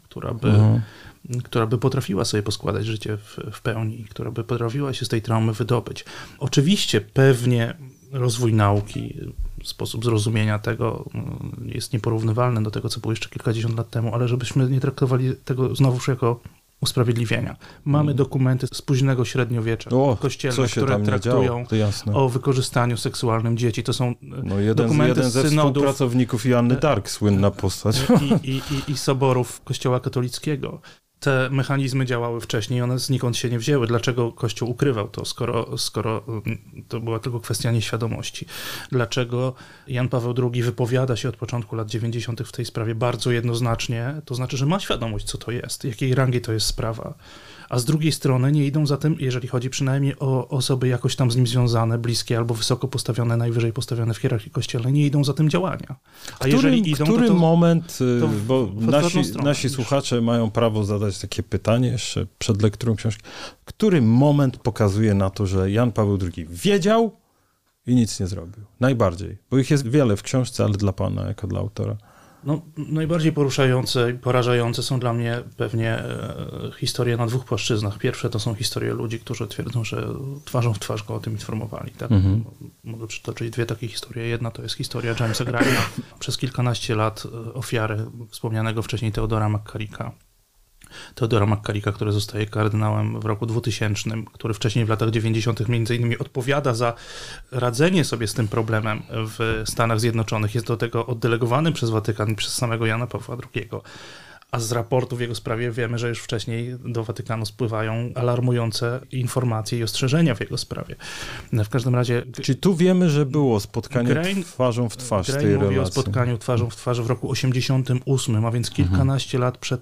która by potrafiła sobie poskładać życie w pełni, która by potrafiła się z tej traumy wydobyć. Oczywiście pewnie rozwój nauki, sposób zrozumienia tego jest nieporównywalny do tego, co było jeszcze kilkadziesiąt lat temu, ale żebyśmy nie traktowali tego znowuż jako usprawiedliwienia. Mamy dokumenty z późnego średniowiecza kościelne, które traktują o wykorzystaniu seksualnym dzieci. To są dokumenty jeden ze współpracowników Joanny Dark, słynna postać. I soborów Kościoła katolickiego. Te mechanizmy działały wcześniej, one znikąd się nie wzięły. Dlaczego Kościół ukrywał to, skoro to była tylko kwestia nieświadomości? Dlaczego Jan Paweł II wypowiada się od początku lat 90. w tej sprawie bardzo jednoznacznie? To znaczy, że ma świadomość, co to jest, jakiej rangi to jest sprawa. A z drugiej strony nie idą za tym, jeżeli chodzi przynajmniej o osoby jakoś tam z nim związane, bliskie albo wysoko postawione, najwyżej postawione w hierarchii kościelnej, nie idą za tym działania. A jeżeli idą, który moment, bo nasi słuchacze mają prawo zadać takie pytanie jeszcze przed lekturą książki, który moment pokazuje na to, że Jan Paweł II wiedział i nic nie zrobił? Najbardziej, bo ich jest wiele w książce, ale dla pana, jako dla autora. No, najbardziej poruszające i porażające są dla mnie pewnie historie na 2 płaszczyznach. Pierwsze to są historie ludzi, którzy twierdzą, że twarzą w twarz go o tym informowali. Tak? Mogę przytoczyć 2 takie historie. Jedna to jest historia Jamesa Grahama, przez kilkanaście lat ofiary wspomnianego wcześniej Theodora McCarricka, Teodora McCarricka, który zostaje kardynałem w roku 2000, który wcześniej w latach 90. między innymi odpowiada za radzenie sobie z tym problemem w Stanach Zjednoczonych. Jest do tego oddelegowany przez Watykan i przez samego Jana Pawła II. A z raportów w jego sprawie wiemy, że już wcześniej do Watykanu spływają alarmujące informacje i ostrzeżenia w jego sprawie. W każdym razie... Czyli tu wiemy, że było spotkanie twarzą w twarz tej relacji. Mówi o spotkaniu twarzą w twarz w roku 88, a więc kilkanaście lat przed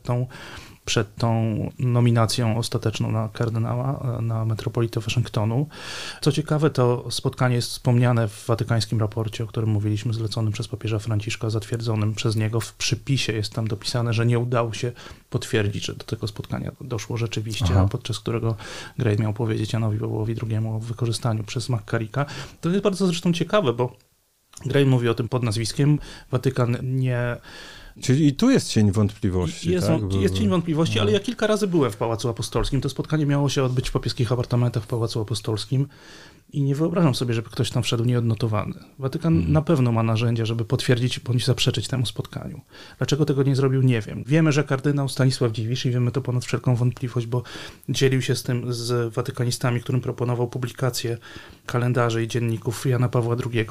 tą nominacją ostateczną na kardynała, na metropolitę Waszyngtonu. Co ciekawe, to spotkanie jest wspomniane w watykańskim raporcie, o którym mówiliśmy, zleconym przez papieża Franciszka, zatwierdzonym przez niego. W przypisie jest tam dopisane, że nie udało się potwierdzić, że do tego spotkania doszło rzeczywiście, a podczas którego Gray miał powiedzieć Janowi Pawłowi II o wykorzystaniu przez McCarricka. To jest bardzo zresztą ciekawe, bo Gray mówi o tym pod nazwiskiem. Watykan nie... Czyli i tu jest cień wątpliwości. Jest cień wątpliwości, ale ja kilka razy byłem w Pałacu Apostolskim. To spotkanie miało się odbyć w papieskich apartamentach w Pałacu Apostolskim i nie wyobrażam sobie, żeby ktoś tam wszedł nieodnotowany. Watykan na pewno ma narzędzia, żeby potwierdzić bądź zaprzeczyć temu spotkaniu. Dlaczego tego nie zrobił, nie wiem. Wiemy, że kardynał Stanisław Dziwisz, i wiemy to ponad wszelką wątpliwość, bo dzielił się z tym z watykanistami, którym proponował publikację kalendarzy i dzienników Jana Pawła II,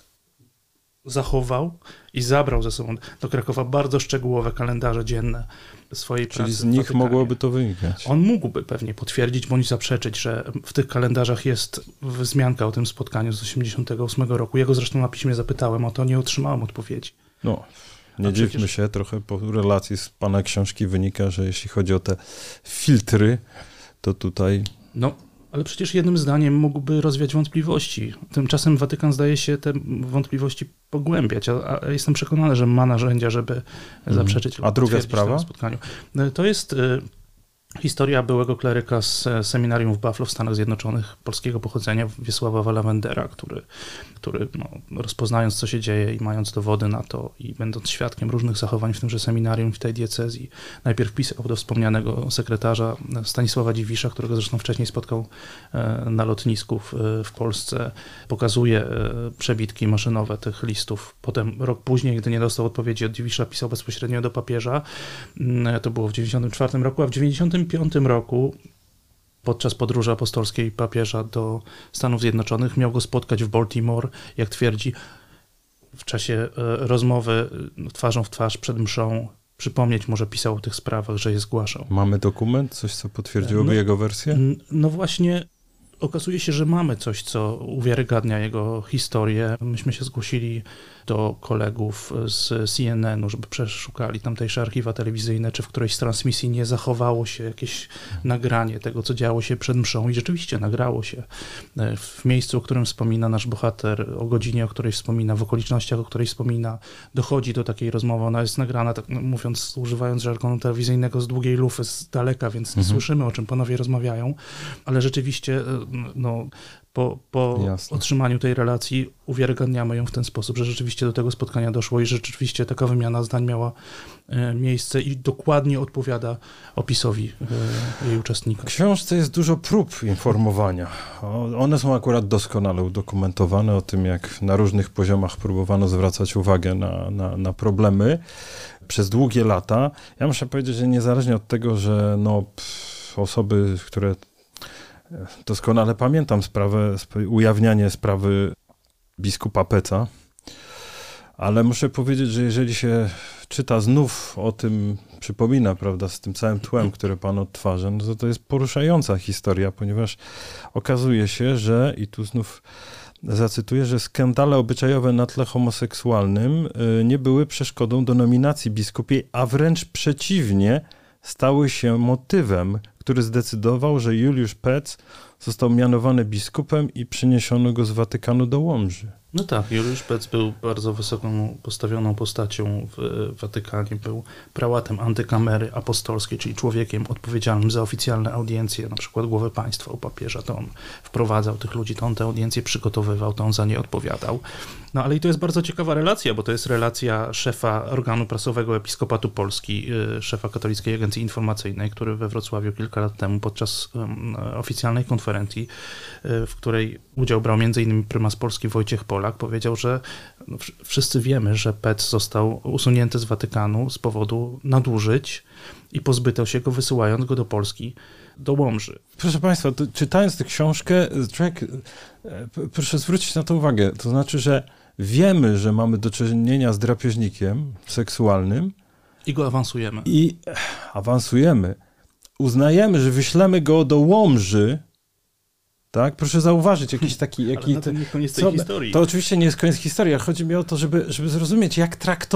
zachował i zabrał ze sobą do Krakowa bardzo szczegółowe kalendarze dzienne swojej pracy. Czyli z nich mogłoby to wynikać. On mógłby pewnie potwierdzić bądź zaprzeczyć, że w tych kalendariach jest wzmianka o tym spotkaniu z 1988 roku. Ja go zresztą na piśmie zapytałem o to, nie otrzymałem odpowiedzi. No, nie dziwmy się, trochę po relacji z pana książki wynika, że jeśli chodzi o te filtry, to tutaj... No, ale przecież jednym zdaniem mógłby rozwiać wątpliwości. Tymczasem Watykan zdaje się te wątpliwości pogłębiać, a jestem przekonany, że ma narzędzia, żeby zaprzeczyć lub A druga sprawa? Temu spotkaniu. To jest historia byłego kleryka z seminarium w Buffalo w Stanach Zjednoczonych, polskiego pochodzenia, Wiesława Walawendera, który rozpoznając, co się dzieje i mając dowody na to i będąc świadkiem różnych zachowań w tymże seminarium, w tej diecezji, najpierw pisał do wspomnianego sekretarza Stanisława Dziwisza, którego zresztą wcześniej spotkał na lotnisku w Polsce. Pokazuje przebitki maszynowe tych listów. Potem rok później, gdy nie dostał odpowiedzi od Dziwisza, pisał bezpośrednio do papieża. To było w 1994 roku, a w 1995 roku podczas podróży apostolskiej papieża do Stanów Zjednoczonych miał go spotkać w Baltimore, jak twierdzi, w czasie rozmowy twarzą w twarz przed mszą. Przypomnieć może pisał o tych sprawach, że je zgłaszał. Mamy dokument? Coś, co potwierdziłoby jego wersję? No właśnie, okazuje się, że mamy coś, co uwiarygadnia jego historię. Myśmy się zgłosili do kolegów z CNN-u, żeby przeszukali tamtejsze archiwa telewizyjne, czy w którejś z transmisji nie zachowało się jakieś nagranie tego, co działo się przed mszą. I rzeczywiście nagrało się w miejscu, o którym wspomina nasz bohater, o godzinie, o której wspomina, w okolicznościach, o której wspomina. Dochodzi do takiej rozmowy. Ona jest nagrana, tak mówiąc, używając żargonu telewizyjnego, z długiej lufy, z daleka, więc nie słyszymy, o czym panowie rozmawiają, ale rzeczywiście po otrzymaniu tej relacji uwiarygadniamy ją w ten sposób, że rzeczywiście do tego spotkania doszło i że rzeczywiście taka wymiana zdań miała miejsce i dokładnie odpowiada opisowi jej uczestnika. W książce jest dużo prób informowania. One są akurat doskonale udokumentowane o tym, jak na różnych poziomach próbowano zwracać uwagę na problemy przez długie lata. Ja muszę powiedzieć, że niezależnie od tego, że osoby, które doskonale pamiętam ujawnianie sprawy biskupa Peca, ale muszę powiedzieć, że jeżeli się czyta znów o tym, przypomina, prawda, z tym całym tłem, które pan odtwarza, no to jest poruszająca historia, ponieważ okazuje się, że, i tu znów zacytuję, że skandale obyczajowe na tle homoseksualnym nie były przeszkodą do nominacji biskupiej, a wręcz przeciwnie, stały się motywem, który zdecydował, że Juliusz Pec został mianowany biskupem i przeniesiono go z Watykanu do Łomży. No tak, Juliusz Pec był bardzo wysoką postawioną postacią w Watykanie, był prałatem antykamery apostolskiej, czyli człowiekiem odpowiedzialnym za oficjalne audiencje, na przykład głowy państwa u papieża, to on wprowadzał tych ludzi, to on te audiencje przygotowywał, to on za nie odpowiadał. No ale i to jest bardzo ciekawa relacja, bo to jest relacja szefa organu prasowego Episkopatu Polski, szefa Katolickiej Agencji Informacyjnej, który we Wrocławiu kilka lat temu podczas oficjalnej konferencji, w której udział brał m.in. prymas Polski Wojciech Polak, Polak powiedział, że wszyscy wiemy, że Pec został usunięty z Watykanu z powodu nadużyć i pozbyto się go, wysyłając go do Polski, do Łomży. Proszę Państwa, czytając tę książkę, człowiek, proszę zwrócić na to uwagę, to znaczy, że wiemy, że mamy do czynienia z drapieżnikiem seksualnym. I go awansujemy. I awansujemy. Uznajemy, że wyślemy go do Łomży. Tak? Proszę zauważyć, jakiś taki... Ale to nie koniec tej historii. To oczywiście nie jest koniec historii, ale chodzi mi o to, żeby zrozumieć, jak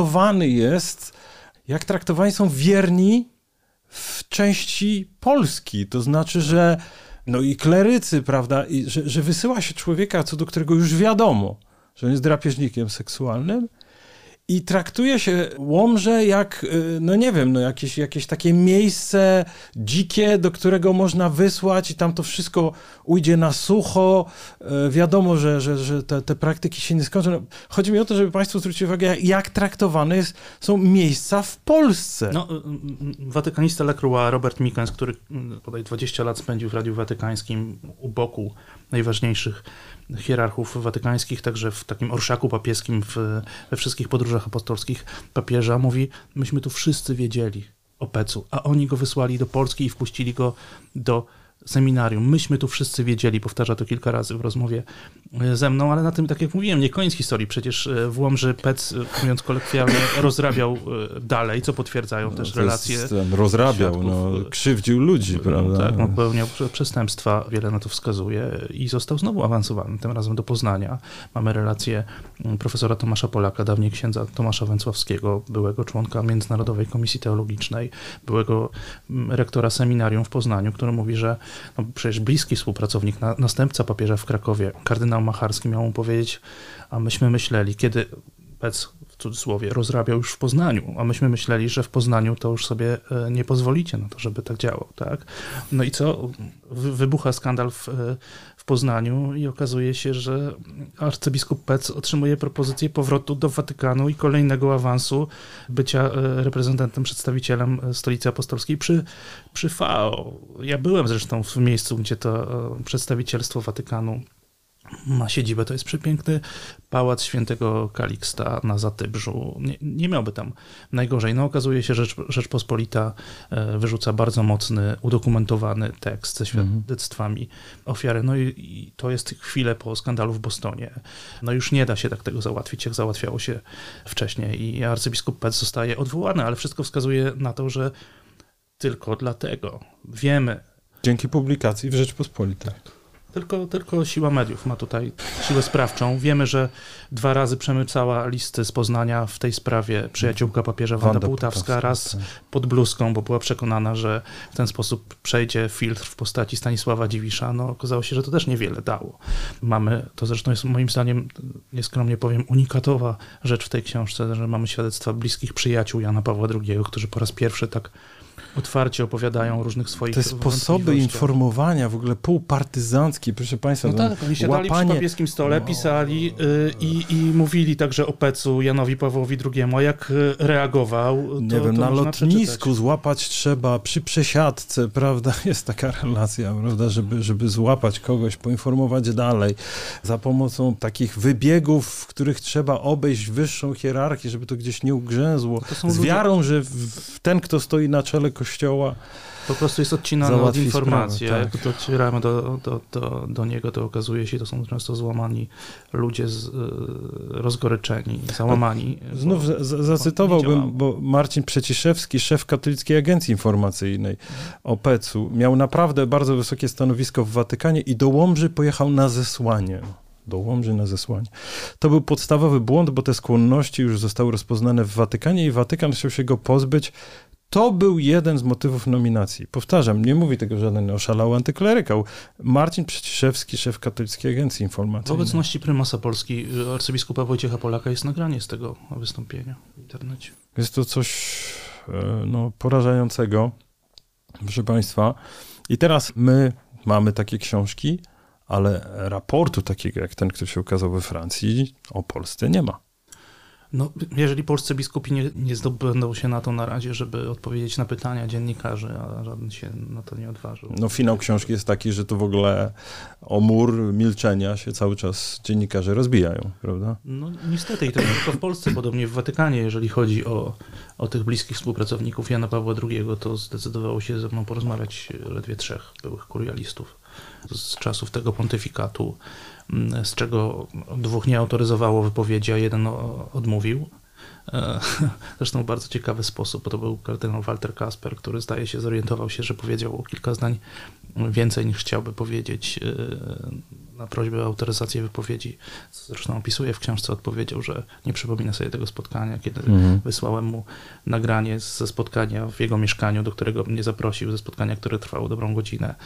traktowani są wierni w części Polski. To znaczy, że no i klerycy, prawda, i że wysyła się człowieka, co do którego już wiadomo, że on jest drapieżnikiem seksualnym, i traktuje się Łomżę jak, no nie wiem, no jakieś takie miejsce dzikie, do którego można wysłać i tam to wszystko ujdzie na sucho. Wiadomo, że te praktyki się nie skończą. Chodzi mi o to, żeby Państwo zwrócili uwagę, jak traktowane są miejsca w Polsce. No, watykanista Lacroix, Robert Mikens, który bodaj 20 lat spędził w Radiu Watykańskim u boku najważniejszych hierarchów watykańskich, także w takim orszaku papieskim we wszystkich podróżach apostolskich papieża, mówi, myśmy tu wszyscy wiedzieli o Pecu, a oni go wysłali do Polski i wpuścili go do seminarium. Myśmy tu wszyscy wiedzieli, powtarza to kilka razy w rozmowie ze mną, ale na tym, tak jak mówiłem, nie koniec historii. Przecież w Łomży Pec, mówiąc kolokwialnie, rozrabiał dalej, co potwierdzają też relacje. Rozrabiał, krzywdził ludzi, prawda? Tak, popełniał przestępstwa, wiele na to wskazuje i został znowu awansowany, tym razem do Poznania. Mamy relację profesora Tomasza Polaka, dawniej księdza Tomasza Węcławskiego, byłego członka Międzynarodowej Komisji Teologicznej, byłego rektora seminarium w Poznaniu, który mówi, że przecież bliski współpracownik, następca papieża w Krakowie, kardynał Macharski, miał mu powiedzieć, a myśmy myśleli, kiedy Pec, w cudzysłowie, rozrabiał już w Poznaniu, a myśmy myśleli, że w Poznaniu to już sobie nie pozwolicie na to, żeby tak działał, tak? No i co? Wybucha skandal w Poznaniu i okazuje się, że arcybiskup Pec otrzymuje propozycję powrotu do Watykanu i kolejnego awansu bycia reprezentantem, przedstawicielem Stolicy Apostolskiej przy FAO. Ja byłem zresztą w miejscu, gdzie to przedstawicielstwo Watykanu ma siedzibę. To jest przepiękny pałac świętego Kaliksta na Zatybrzu. Nie miałby tam najgorzej. No okazuje się, że Rzeczpospolita wyrzuca bardzo mocny, udokumentowany tekst ze świadectwami ofiary. No i to jest chwilę po skandalu w Bostonie. No już nie da się tak tego załatwić, jak załatwiało się wcześniej. I arcybiskup Pec zostaje odwołany, ale wszystko wskazuje na to, że tylko dlatego wiemy. Dzięki publikacji w Rzeczpospolitej. Tylko siła mediów ma tutaj siłę sprawczą. Wiemy, że 2 razy przemycała listy z Poznania w tej sprawie przyjaciółka papieża Wanda Półtawska, raz pod bluzką, bo była przekonana, że w ten sposób przejdzie filtr w postaci Stanisława Dziwisza. No okazało się, że to też niewiele dało. Mamy, to zresztą jest moim zdaniem, nieskromnie powiem, unikatowa rzecz w tej książce, że mamy świadectwa bliskich przyjaciół Jana Pawła II, którzy po raz pierwszy tak otwarcie opowiadają o różnych swoich te sposoby informowania, w ogóle półpartyzanckie, proszę Państwa. No tak, oni siadali przy papieskim stole, pisali i mówili także o Pecu Janowi Pawłowi II, a jak reagował, nie wiem, na lotnisku złapać trzeba, przy przesiadce, prawda, jest taka relacja, prawda, żeby złapać kogoś, poinformować dalej, za pomocą takich wybiegów, w których trzeba obejść wyższą hierarchię, żeby to gdzieś nie ugrzęzło, z wiarą, że ten, kto stoi na czele Kościoła, po prostu jest odcinany od informacji. Sprawę, tak. Jak docieramy do niego, to okazuje się, to są często złamani ludzie, rozgoryczeni, załamani. Znów zacytowałbym, bo Marcin Przeciszewski, szef Katolickiej Agencji Informacyjnej o Pecu, miał naprawdę bardzo wysokie stanowisko w Watykanie i do Łomży pojechał na zesłanie. To był podstawowy błąd, bo te skłonności już zostały rozpoznane w Watykanie i Watykan chciał się go pozbyć. To był jeden z motywów nominacji. Powtarzam, nie mówi tego żaden oszalały antyklerykał. Marcin Przeciszewski, szef Katolickiej Agencji Informacyjnej. W obecności prymasa Polski, arcybiskupa Wojciecha Polaka, jest nagranie z tego wystąpienia w internecie. Jest to coś porażającego, proszę Państwa. I teraz my mamy takie książki, ale raportu takiego jak ten, który się ukazał we Francji, o Polsce nie ma. No, jeżeli polscy biskupi nie zdobędą się na to na razie, żeby odpowiedzieć na pytania dziennikarzy, a żaden się na to nie odważył. No finał książki jest taki, że tu w ogóle o mur milczenia się cały czas dziennikarze rozbijają, prawda? No niestety i to nie tylko w Polsce, podobnie w Watykanie, jeżeli chodzi o tych bliskich współpracowników Jana Pawła II, to zdecydowało się ze mną porozmawiać ledwie 3 byłych kurialistów z czasów tego pontyfikatu, z czego 2 nie autoryzowało wypowiedzi, a 1 odmówił. Zresztą w bardzo ciekawy sposób, bo to był kardynał Walter Kasper, który zdaje się zorientował się, że powiedział kilka zdań więcej niż chciałby powiedzieć na prośbę o autoryzację wypowiedzi. Zresztą opisuje w książce, odpowiedział, że nie przypomina sobie tego spotkania, kiedy wysłałem mu nagranie ze spotkania w jego mieszkaniu, do którego mnie zaprosił, ze spotkania, które trwało dobrą godzinę.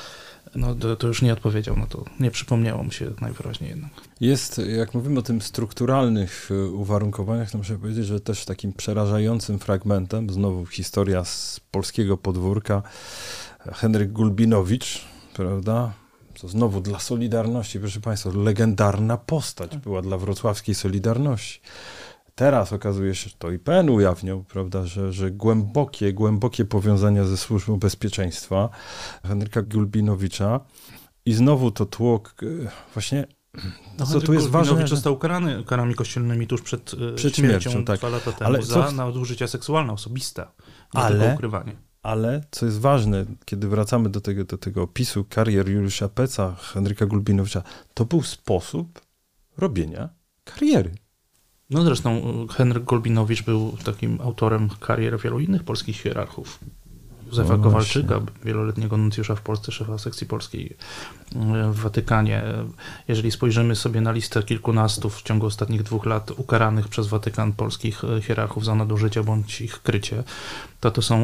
No to już nie odpowiedział, no to nie przypomniało mu się najwyraźniej jednak. Jest, jak mówimy o tym strukturalnych uwarunkowaniach, to muszę powiedzieć, że też takim przerażającym fragmentem, znowu historia z polskiego podwórka, Henryk Gulbinowicz, prawda? To znowu dla Solidarności, proszę Państwa, legendarna postać była dla wrocławskiej Solidarności. Teraz okazuje się, że to IPN ujawniał, prawda, że głębokie powiązania ze Służbą Bezpieczeństwa Henryka Gulbinowicza i znowu to tłok właśnie, co tu jest ważne. Gulbinowicz został ukarany karami kościelnymi tuż przed śmiercią tak. 2 lata temu, ale za nadużycia seksualne, osobiste, nie tylko ukrywanie. Ale, co jest ważne, kiedy wracamy do tego opisu karier Juliusza Peca, Henryka Gulbinowicza, to był sposób robienia kariery. No zresztą Henryk Gulbinowicz był takim autorem karier wielu innych polskich hierarchów. Józefa Kowalczyka, wieloletniego nuncjusza w Polsce, szefa sekcji polskiej w Watykanie. Jeżeli spojrzymy sobie na listę kilkunastu w ciągu ostatnich 2 lat ukaranych przez Watykan polskich hierarchów za nadużycia bądź ich krycie, to są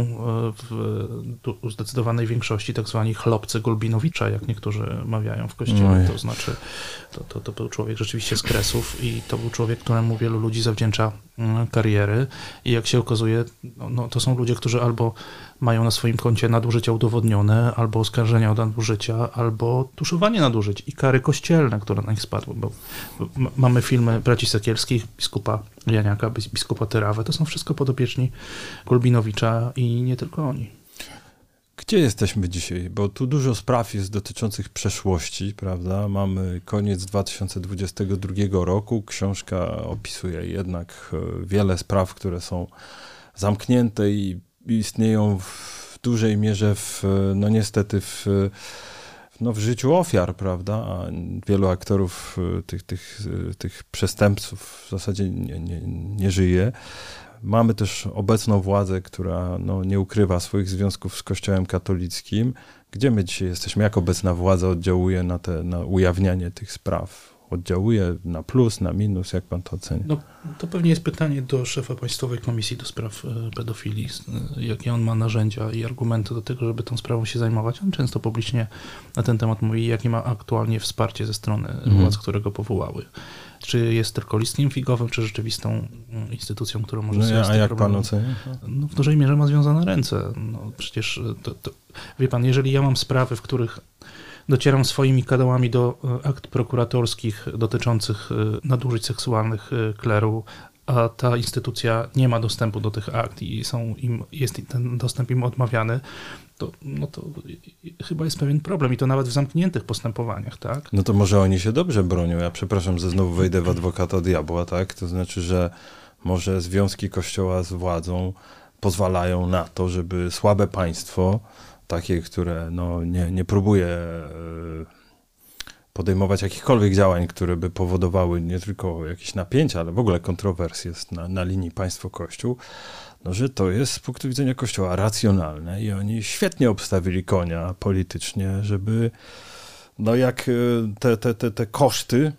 w zdecydowanej większości tak zwani chlopcy Gulbinowicza, jak niektórzy mawiają w kościele. To znaczy, to był człowiek rzeczywiście z Kresów i to był człowiek, któremu wielu ludzi zawdzięcza kariery i jak się okazuje, no, to są ludzie, którzy albo mają na swoim koncie nadużycia udowodnione, albo oskarżenia o nadużycia, albo tuszowanie nadużyć i kary kościelne, które na nich spadły, bo mamy filmy braci Sekielskich, biskupa Janiaka, biskupa Tyrawę, to są wszystko podopieczni Gulbinowicza i nie tylko oni. Gdzie jesteśmy dzisiaj? Bo tu dużo spraw jest dotyczących przeszłości, prawda? Mamy koniec 2022 roku, książka opisuje jednak wiele spraw, które są zamknięte i istnieją w dużej mierze no niestety w życiu ofiar, prawda? A wielu aktorów tych przestępców w zasadzie nie żyje. Mamy też obecną władzę, która nie ukrywa swoich związków z Kościołem katolickim. Gdzie my dzisiaj jesteśmy? Jak obecna władza oddziałuje na ujawnianie tych spraw? Oddziałuje na plus, na minus? Jak pan to ocenia? No, to pewnie jest pytanie do szefa Państwowej Komisji do Spraw Pedofilii. Jakie on ma narzędzia i argumenty do tego, żeby tą sprawą się zajmować. On często publicznie na ten temat mówi, jakie ma aktualnie wsparcie ze strony władz, które go powołały. Czy jest tylko listkiem figowym, czy rzeczywistą instytucją, którą może sobie a jak pan ocenia? No, w dużej mierze ma związane ręce. No, przecież wie pan, jeżeli ja mam sprawy, w których docieram swoimi kanałami do akt prokuratorskich dotyczących nadużyć seksualnych kleru, a ta instytucja nie ma dostępu do tych akt i jest ten dostęp im odmawiany, to chyba jest pewien problem i to nawet w zamkniętych postępowaniach, tak? No to może oni się dobrze bronią. Ja przepraszam, że znowu wejdę w adwokata diabła, tak? To znaczy, że może związki Kościoła z władzą pozwalają na to, żeby słabe państwo, takie, które nie próbuje podejmować jakichkolwiek działań, które by powodowały nie tylko jakieś napięcia, ale w ogóle kontrowersje na linii państwo-kościół, że to jest z punktu widzenia Kościoła racjonalne i oni świetnie obstawili konia politycznie, żeby jak te koszty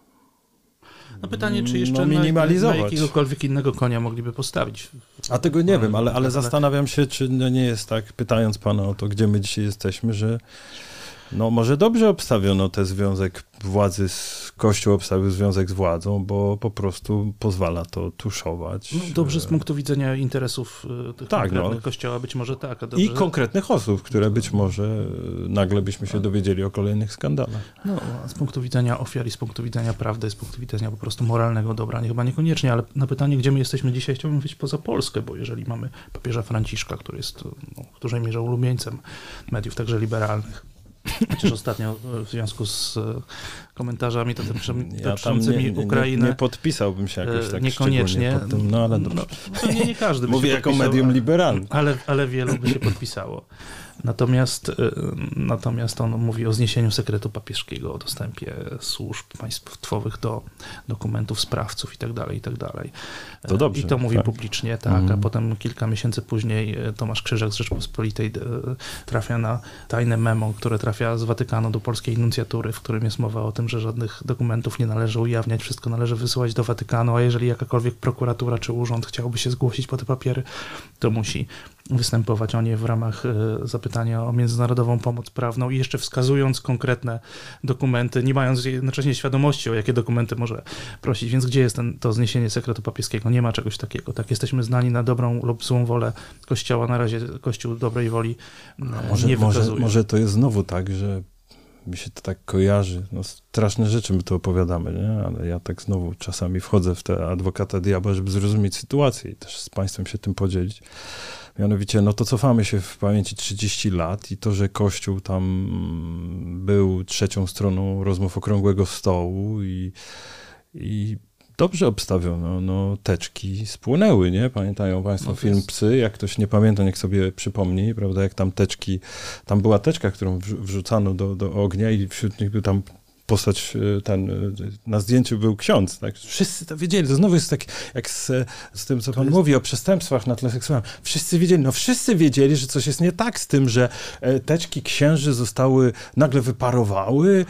pytanie, czy jeszcze minimalizować. Na jakiegokolwiek innego konia mogliby postawić. A tego nie wiem, ale zastanawiam się, czy nie jest tak, pytając pana o to, gdzie my dzisiaj jesteśmy, że No może dobrze obstawiono ten związek władzy, Kościół obstawił związek z władzą, bo po prostu pozwala to tuszować. No, dobrze z punktu widzenia interesów tych konkretnych Kościoła, być może tak. A dobrze... I konkretnych osób, które być może nagle byśmy się dowiedzieli o kolejnych skandalach. No, z punktu widzenia ofiar i z punktu widzenia prawdy, z punktu widzenia po prostu moralnego dobra, chyba niekoniecznie, ale na pytanie, gdzie my jesteśmy dzisiaj, chciałbym wyjść poza Polskę, bo jeżeli mamy papieża Franciszka, który jest w dużej mierze ulubieńcem mediów, także liberalnych, chociaż ostatnio w związku z komentarzami dotyczącymi Ukrainy... Nie podpisałbym się jakoś tak niekoniecznie. Pod tym, no ale dobrze. Nie każdy by Mówię się jako medium liberalne. Ale wielu by się podpisało. Natomiast on mówi o zniesieniu sekretu papieskiego, o dostępie służb państwowych do dokumentów sprawców i tak dalej. To dobrze. I to mówi publicznie, tak, a potem kilka miesięcy później Tomasz Krzyżak z Rzeczpospolitej trafia na tajne memo, które trafia z Watykanu do polskiej nuncjatury, w którym jest mowa o tym, że żadnych dokumentów nie należy ujawniać, wszystko należy wysyłać do Watykanu, a jeżeli jakakolwiek prokuratura czy urząd chciałby się zgłosić po te papiery, to musi występować o nie w ramach zapytania o międzynarodową pomoc prawną i jeszcze wskazując konkretne dokumenty, nie mając jednocześnie świadomości, o jakie dokumenty może prosić. Więc gdzie jest to zniesienie sekretu papieskiego? Nie ma czegoś takiego. Tak, jesteśmy znani na dobrą lub złą wolę Kościoła. Na razie Kościół dobrej woli nie wykazuje. Może to jest znowu tak, że mi się to tak kojarzy. No, straszne rzeczy my tu opowiadamy, nie? Ale ja tak znowu czasami wchodzę w te adwokata diabła, żeby zrozumieć sytuację i też z państwem się tym podzielić. Mianowicie, no to cofamy się w pamięci 30 lat i to, że Kościół tam był trzecią stroną rozmów Okrągłego Stołu i dobrze obstawiono, no teczki spłonęły, nie? Pamiętają państwo film Psy? Jak ktoś nie pamięta, niech sobie przypomni, prawda, jak tam teczki, tam była teczka, którą wrzucano do ognia i wśród nich był tam postać, na zdjęciu był ksiądz, tak? Wszyscy to wiedzieli, to znowu jest tak jak z tym, co pan mówi o przestępstwach na tle seksualnym. Wszyscy wiedzieli, że coś jest nie tak z tym, że teczki księży nagle wyparowały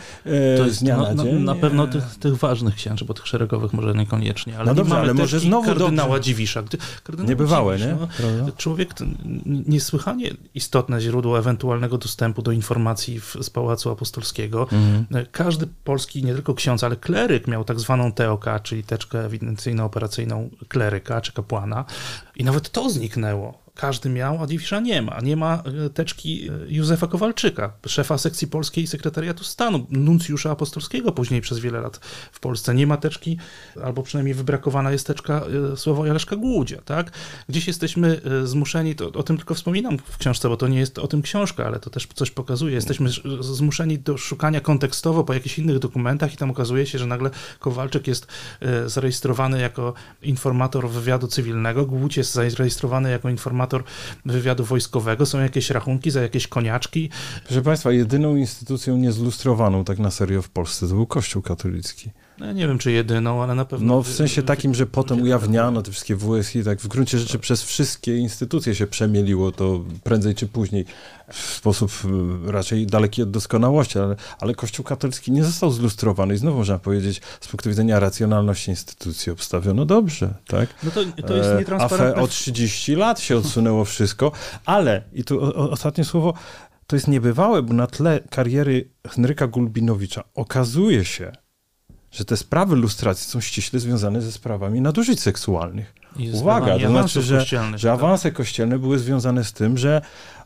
z dnia na dzień. Na pewno tych ważnych księży, bo tych szeregowych może niekoniecznie, ale no dobrze, ale może znowu kardynała Dziwisza. Niebywałe, nie? No, człowiek, niesłychanie istotne źródło ewentualnego dostępu do informacji z Pałacu Apostolskiego. Każdy polski, nie tylko ksiądz, ale kleryk miał tak zwaną TOK, czyli teczkę ewidencyjno-operacyjną kleryka czy kapłana i nawet to zniknęło. Każdy miał, a Dziwisza nie ma. Nie ma teczki Józefa Kowalczyka, szefa sekcji polskiej sekretariatu stanu, nuncjusza apostolskiego później przez wiele lat w Polsce. Nie ma teczki, albo przynajmniej wybrakowana jest teczka Sławoja Leszka Głódzia, tak? Gdzieś jesteśmy zmuszeni, o tym tylko wspominam w książce, bo to nie jest o tym książka, ale to też coś pokazuje. Jesteśmy zmuszeni do szukania kontekstowo po jakichś innych dokumentach i tam okazuje się, że nagle Kowalczyk jest zarejestrowany jako informator wywiadu cywilnego, Głódź jest zarejestrowany jako informator wywiadu wojskowego, są jakieś rachunki za jakieś koniaczki. Proszę państwa, jedyną instytucją niezlustrowaną tak na serio w Polsce to był Kościół katolicki. No, nie wiem, czy jedyną, ale na pewno... No w sensie takim, że potem ujawniano te wszystkie WSI, tak w gruncie rzeczy przez wszystkie instytucje się przemieliło to prędzej czy później w sposób raczej daleki od doskonałości, ale Kościół katolicki nie został zlustrowany i znowu można powiedzieć, z punktu widzenia racjonalności instytucji obstawiono dobrze, tak? No to jest nietransparentne. O 30 lat się odsunęło wszystko, ale, i tu ostatnie słowo, to jest niebywałe, bo na tle kariery Henryka Gulbinowicza okazuje się, że te sprawy lustracji są ściśle związane ze sprawami nadużyć seksualnych. Uwaga, to znaczy, że awanse kościelne były związane z tym, że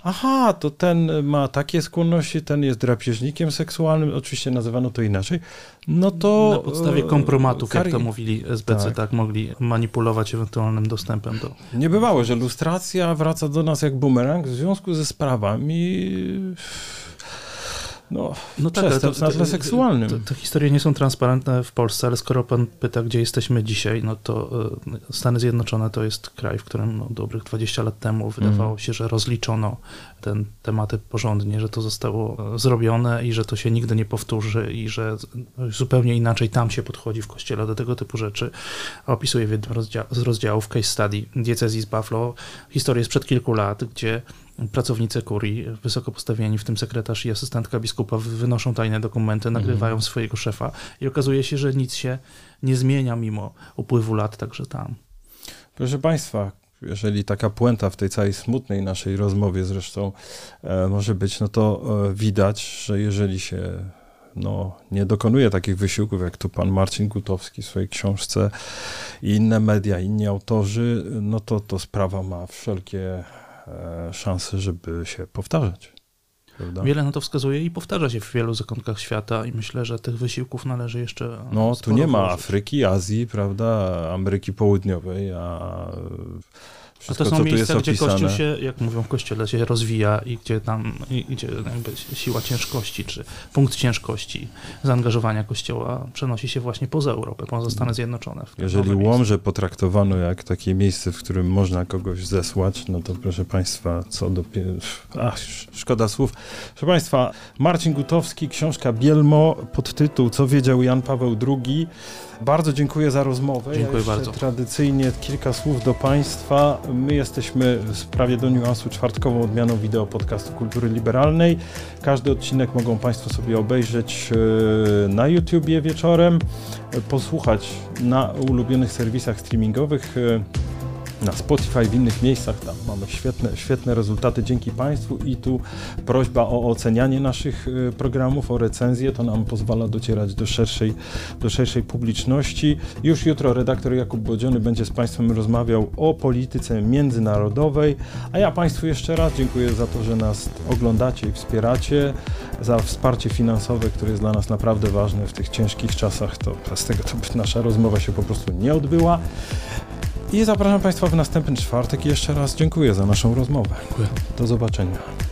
to ten ma takie skłonności, ten jest drapieżnikiem seksualnym, oczywiście nazywano to inaczej, no to... Na podstawie kompromatów, jak to mówili SBC, tak mogli manipulować ewentualnym dostępem do... Niebywało, że lustracja wraca do nas jak bumerang w związku ze sprawami... przestępstw na tle seksualnym. Te historie nie są transparentne w Polsce, ale skoro pan pyta, gdzie jesteśmy dzisiaj, no to Stany Zjednoczone to jest kraj, w którym dobrych 20 lat temu wydawało się, że rozliczono te tematy porządnie, że to zostało zrobione i że to się nigdy nie powtórzy i że zupełnie inaczej tam się podchodzi w kościele do tego typu rzeczy. Opisuję w jednym z rozdziałów case study diecezji z Buffalo historię sprzed kilku lat, gdzie pracownicy kurii, wysoko postawieni, w tym sekretarz i asystentka biskupa, wynoszą tajne dokumenty, nagrywają swojego szefa i okazuje się, że nic się nie zmienia mimo upływu lat, także tam. Proszę państwa, jeżeli taka puenta w tej całej smutnej naszej rozmowie zresztą może być, no to widać, że jeżeli się nie dokonuje takich wysiłków, jak tu pan Marcin Gutowski w swojej książce i inne media, inni autorzy, no to sprawa ma wszelkie szanse, żeby się powtarzać. Prawda? Wiele na to wskazuje i powtarza się w wielu zakątkach świata i myślę, że tych wysiłków należy jeszcze tu nie ma włożyć. Afryki, Azji, prawda, Ameryki Południowej, a wszystko, to są co tu jest miejsca, gdzie opisane. Kościół się, jak mówią w Kościele, się rozwija i gdzie jakby siła ciężkości, czy punkt ciężkości zaangażowania Kościoła przenosi się właśnie poza Europę, poza Stany Zjednoczone. Jeżeli Łomże potraktowano jak takie miejsce, w którym można kogoś zesłać, no to proszę Państwa, szkoda słów. Proszę Państwa, Marcin Gutowski, książka Bielmo, podtytuł Co wiedział Jan Paweł II. Bardzo dziękuję za rozmowę. Dziękuję bardzo. Tradycyjnie kilka słów do Państwa. My jesteśmy w sprawie do niuansu czwartkową odmianą wideo podcastu Kultury Liberalnej. Każdy odcinek mogą Państwo sobie obejrzeć na YouTubie wieczorem, posłuchać na ulubionych serwisach streamingowych, na Spotify, w innych miejscach. Tam mamy świetne rezultaty dzięki Państwu i tu prośba o ocenianie naszych programów, o recenzję. To nam pozwala docierać do szerszej publiczności. Już jutro redaktor Jakub Bodziony będzie z Państwem rozmawiał o polityce międzynarodowej, a ja Państwu jeszcze raz dziękuję za to, że nas oglądacie i wspieracie, za wsparcie finansowe, które jest dla nas naprawdę ważne w tych ciężkich czasach. To bez tego to nasza rozmowa się po prostu nie odbyła. I zapraszam Państwa w następny czwartek i jeszcze raz dziękuję za naszą rozmowę. Dziękuję. Do zobaczenia.